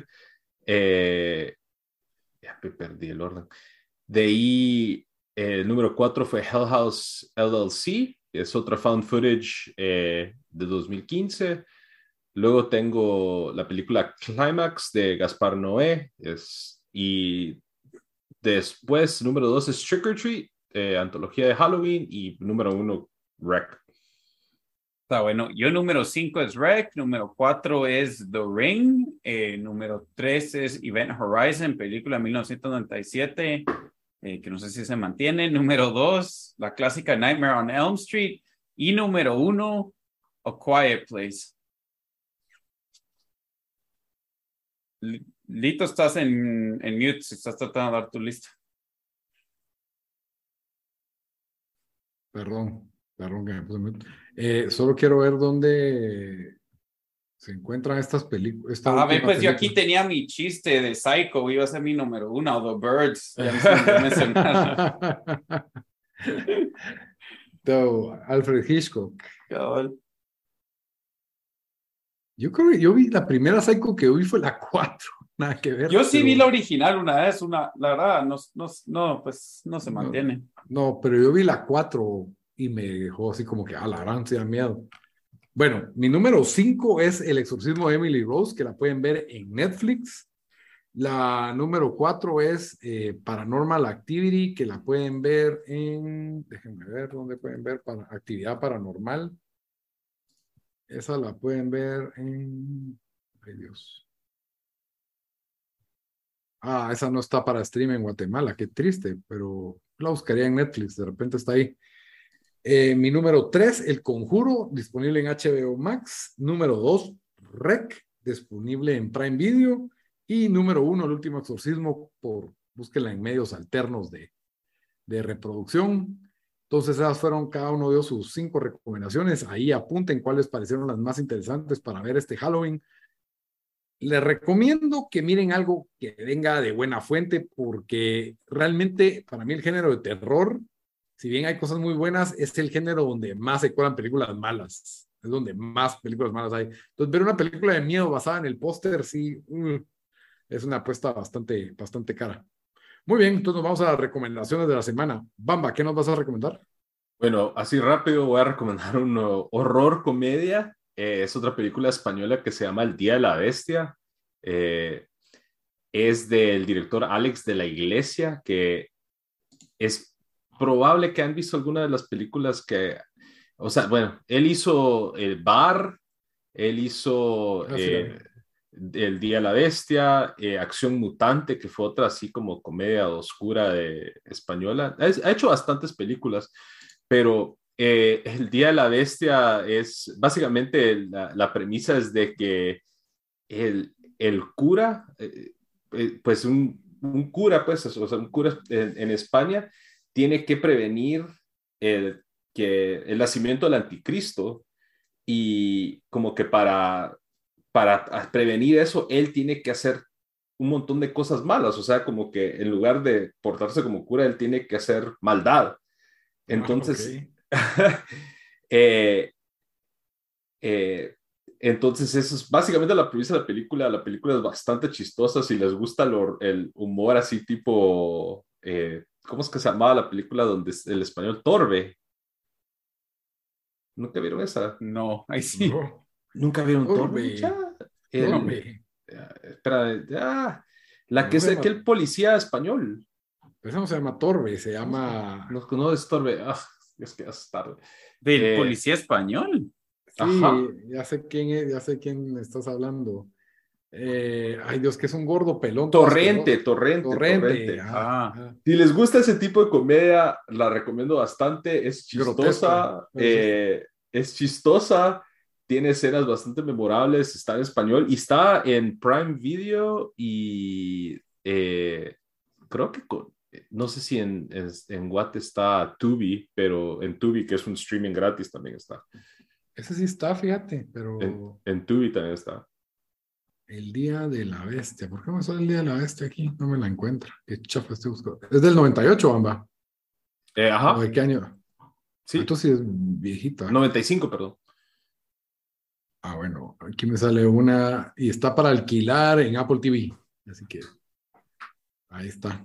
Eh, ya me perdí el orden. De ahí, eh, el número cuatro fue Hell House L L C, que es otra found footage eh, de dos mil quince. Luego tengo la película Climax de Gaspar Noé. Es, y después, número dos es Trick or Treat, eh, antología de Halloween. Y número uno, Wreck. Está bueno. Yo número cinco es Rec, número cuatro es The Ring, eh, número tres es Event Horizon, película de mil novecientos noventa y siete, eh, que no sé si se mantiene. Número dos, la clásica Nightmare on Elm Street. Y número uno, A Quiet Place. Lito, estás en, en mute si estás tratando de dar tu lista. Perdón, perdón que me puse mute. Eh, solo quiero ver dónde se encuentran estas películas, esta A ver, última pues yo aquí película. tenía mi chiste de Psycho, iba a ser mi número uno, o The Birds, ya no se me olvidó mencionar. So, Alfred Hitchcock. Cabal. Yo creo que yo vi la primera Psycho que vi fue la cuatro, nada que ver. Yo sí pero, vi la original una vez, una, la verdad, no, no, no, pues no se no, mantiene. no, pero yo vi la cuatro y me dejó así como que a la gran, sí da miedo. Bueno, mi número cinco es El exorcismo de Emily Rose, que la pueden ver en Netflix. La número cuatro es eh, Paranormal Activity, que la pueden ver en, déjenme ver dónde pueden ver, para Actividad Paranormal. Esa la pueden ver en, ay Dios. Ah, esa no está para stream en Guatemala, qué triste, pero la buscaría en Netflix, de repente está ahí. Eh, mi número tres, El Conjuro, disponible en H B O Max. Número dos, Rec, disponible en Prime Video. Y número uno, El Último Exorcismo, por búsquenla en medios alternos de, de reproducción. Entonces, esas fueron, cada uno dio sus cinco recomendaciones. Ahí apunten cuáles parecieron las más interesantes para ver este Halloween. Les recomiendo que miren algo que venga de buena fuente, porque realmente para mí el género de terror, si bien hay cosas muy buenas, es el género donde más se cuelan películas malas. Es donde más películas malas hay. Entonces, ver una película de miedo basada en el póster, sí, uh, es una apuesta bastante, bastante cara. Muy bien, entonces nos vamos a las recomendaciones de la semana. Bamba, ¿qué nos vas a recomendar? Bueno, así rápido voy a recomendar un uh, horror comedia. Eh, es otra película española que se llama El Día de la Bestia. Eh, es del director Alex de la Iglesia, que es probable que han visto alguna de las películas que, o sea, bueno, él hizo El Bar, él hizo Ah, sí, la vi. eh, El Día de la Bestia, eh, Acción Mutante, que fue otra así como comedia oscura de, española. Ha, ha hecho bastantes películas, pero eh, El Día de la Bestia es básicamente la, la premisa es de que el, el cura, eh, eh, pues un, un, cura, pues, o sea, un cura en, en España tiene que prevenir el, que el nacimiento del anticristo y como que para, para prevenir eso, él tiene que hacer un montón de cosas malas, o sea, como que en lugar de portarse como cura, él tiene que hacer maldad. Ah, ok. Entonces, eh, eh, entonces, eso es básicamente la premisa de la película. La película es bastante chistosa. Si les gusta lo, el humor así tipo... Eh, ¿cómo es que se llamaba la película donde el español Torbe? ¿Nunca vieron esa? No, ahí sí. No, ¿Nunca vieron Torbe? Torbe. Mucha? No, El, hombre. eh, espera, ah, la No que es se llama, aquel policía español. eso no se llama Torbe, se llama... No, no es Torbe. Ah, es que es tarde. Del Eh, policía español. Sí, Ajá. ya sé quién es, ya sé quién estás hablando. Eh, ay, Dios, que es un gordo pelón. todo Torrente, asqueroso. torrente, Torrente. torrente. Ah, Ah, ah. Si les gusta ese tipo de comedia, la recomiendo bastante. Es Grotesca. chistosa, eh, es chistosa, tiene escenas bastante memorables, está en español y está en Prime Video y eh, creo que con, no sé si en, en, en Watt está Tubi, pero en Tubi, que es un streaming gratis, también está. Ese sí está, fíjate, pero En, en Tubi también está. el Día de la Bestia. ¿Por qué me sale el Día de la Bestia aquí? No me la encuentro. Qué chafa estoy buscando. Es del noventa y ocho, Bamba. Eh, ¿O ajá, de qué año? sí, Entonces sí es viejita. noventa y cinco, perdón. Ah, bueno, aquí me sale una y está para alquilar en Apple T V. Así que ahí está.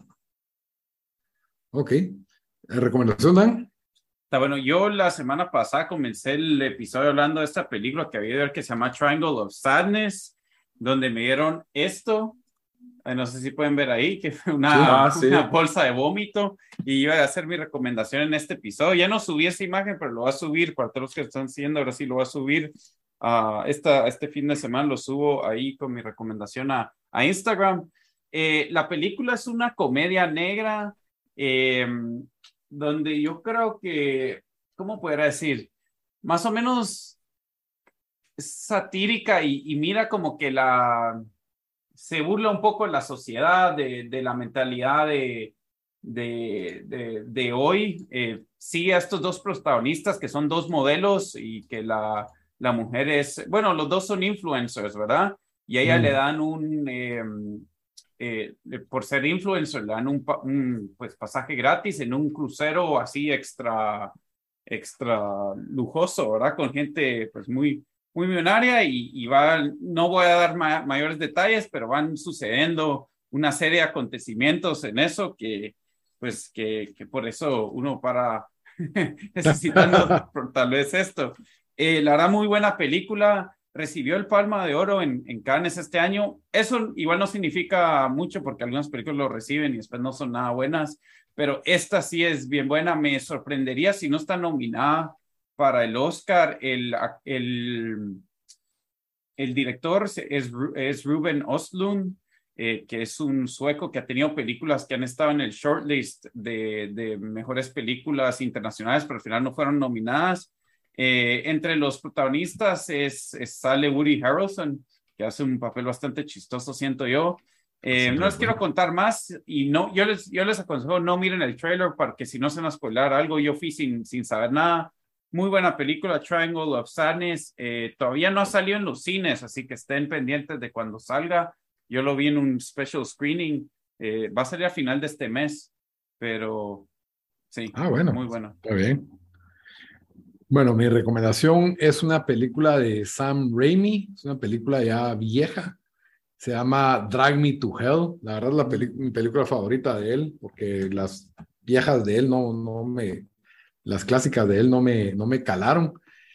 Ok. ¿Recomendación, Dan? está bueno. Yo la semana pasada comencé el episodio hablando de esta película que había de ver que se llama Triangle of Sadness, donde me dieron esto. Ay, no sé si pueden ver ahí, que fue una, Sí. Ah, sí. una bolsa de vómito, y iba a hacer mi recomendación en este episodio. Ya no subí esa imagen, pero lo voy a subir para todos los que están siguiendo. Ahora sí lo voy a subir a esta, este fin de semana. Lo subo ahí con mi recomendación a, a Instagram. Eh, la película es una comedia negra, eh, donde yo creo que, ¿cómo podría decir? Más o menos satírica y, y mira como que la se burla un poco de la sociedad, de, de la mentalidad de, de, de, de hoy. Eh, sigue a estos dos protagonistas que son dos modelos y que la, la mujer es, bueno, los dos son influencers, ¿verdad? Y a ella Mm. le dan un, eh, eh, por ser influencer, le dan un, un pues, pasaje gratis en un crucero así extra, extra lujoso, ¿verdad? Con gente pues muy muy millonaria y, y va, no voy a dar ma mayores detalles, pero van sucediendo una serie de acontecimientos en eso que, pues, que, que por eso uno para necesitando tal vez esto. Eh, la verdad, muy buena película, recibió el Palma de Oro en, en Cannes este año. Eso igual no significa mucho porque algunas películas lo reciben y después no son nada buenas, pero esta sí es bien buena. Me sorprendería si no está nominada para el Oscar. El, el, el director es, es Ruben Östlund, eh, que es un sueco que ha tenido películas que han estado en el shortlist de, de mejores películas internacionales, pero al final no fueron nominadas. Eh, entre los protagonistas es, es, sale Woody Harrelson, que hace un papel bastante chistoso, siento yo. Eh, no les quiero contar más y no, yo les, yo les aconsejo no miren el trailer porque si no se van a spoiler algo. Yo fui sin, sin saber nada. Muy buena película, Triangle of Sadness. Eh, todavía no ha salido en los cines, así que estén pendientes de cuando salga. Yo lo vi en un special screening. Eh, va a salir a final de este mes, pero sí, Ah, bueno, muy bueno. Está bien. Bueno, mi recomendación es una película de Sam Raimi. Es una película ya vieja. Se llama Drag Me to Hell. La verdad es la peli mi película favorita de él, porque las viejas de él no, no me, las clásicas de él no me, no me calaron.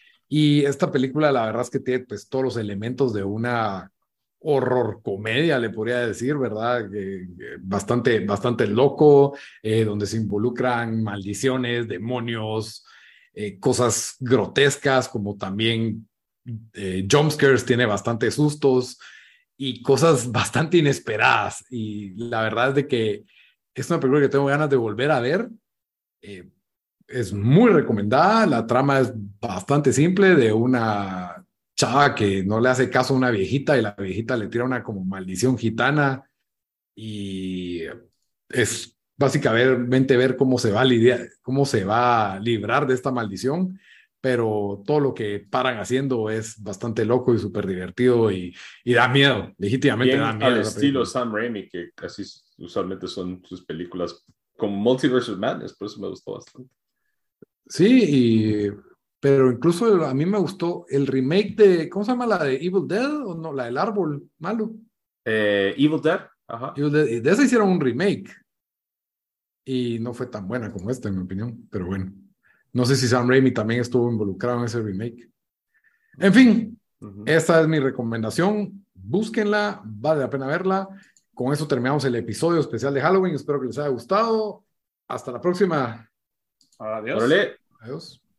Y esta película, la verdad es que tiene pues todos los elementos de una horror comedia, le podría decir, ¿verdad? Eh, eh, bastante, bastante loco, eh, donde se involucran maldiciones, demonios, eh, cosas grotescas, como también eh, jumpscares, tiene bastantes sustos y cosas bastante inesperadas. Y la verdad es de que es una película que tengo ganas de volver a ver. Eh, es muy recomendada. La trama es bastante simple de una chava que no le hace caso a una viejita y la viejita le tira una como maldición gitana y es básicamente ver cómo se va a lidiar, cómo se va a librar de esta maldición, pero todo lo que paran haciendo es bastante loco y súper divertido y, y da miedo, legítimamente Bien da miedo. al estilo Sam Raimi, que casi usualmente son sus películas como Multiverse of Madness, por eso me gustó bastante. Sí, y, pero incluso a mí me gustó el remake de, ¿cómo se llama la de Evil Dead? ¿O no? La del árbol malo. Eh, Evil Dead, ajá. Evil Dead, y de esa hicieron un remake. Y no fue tan buena como esta, en mi opinión. Pero bueno, no sé si Sam Raimi también estuvo involucrado en ese remake. En fin, Uh-huh. esta es mi recomendación. Búsquenla, vale la pena verla. Con eso terminamos el episodio especial de Halloween. Espero que les haya gustado. Hasta la próxima. Adiós. Órale. Adiós.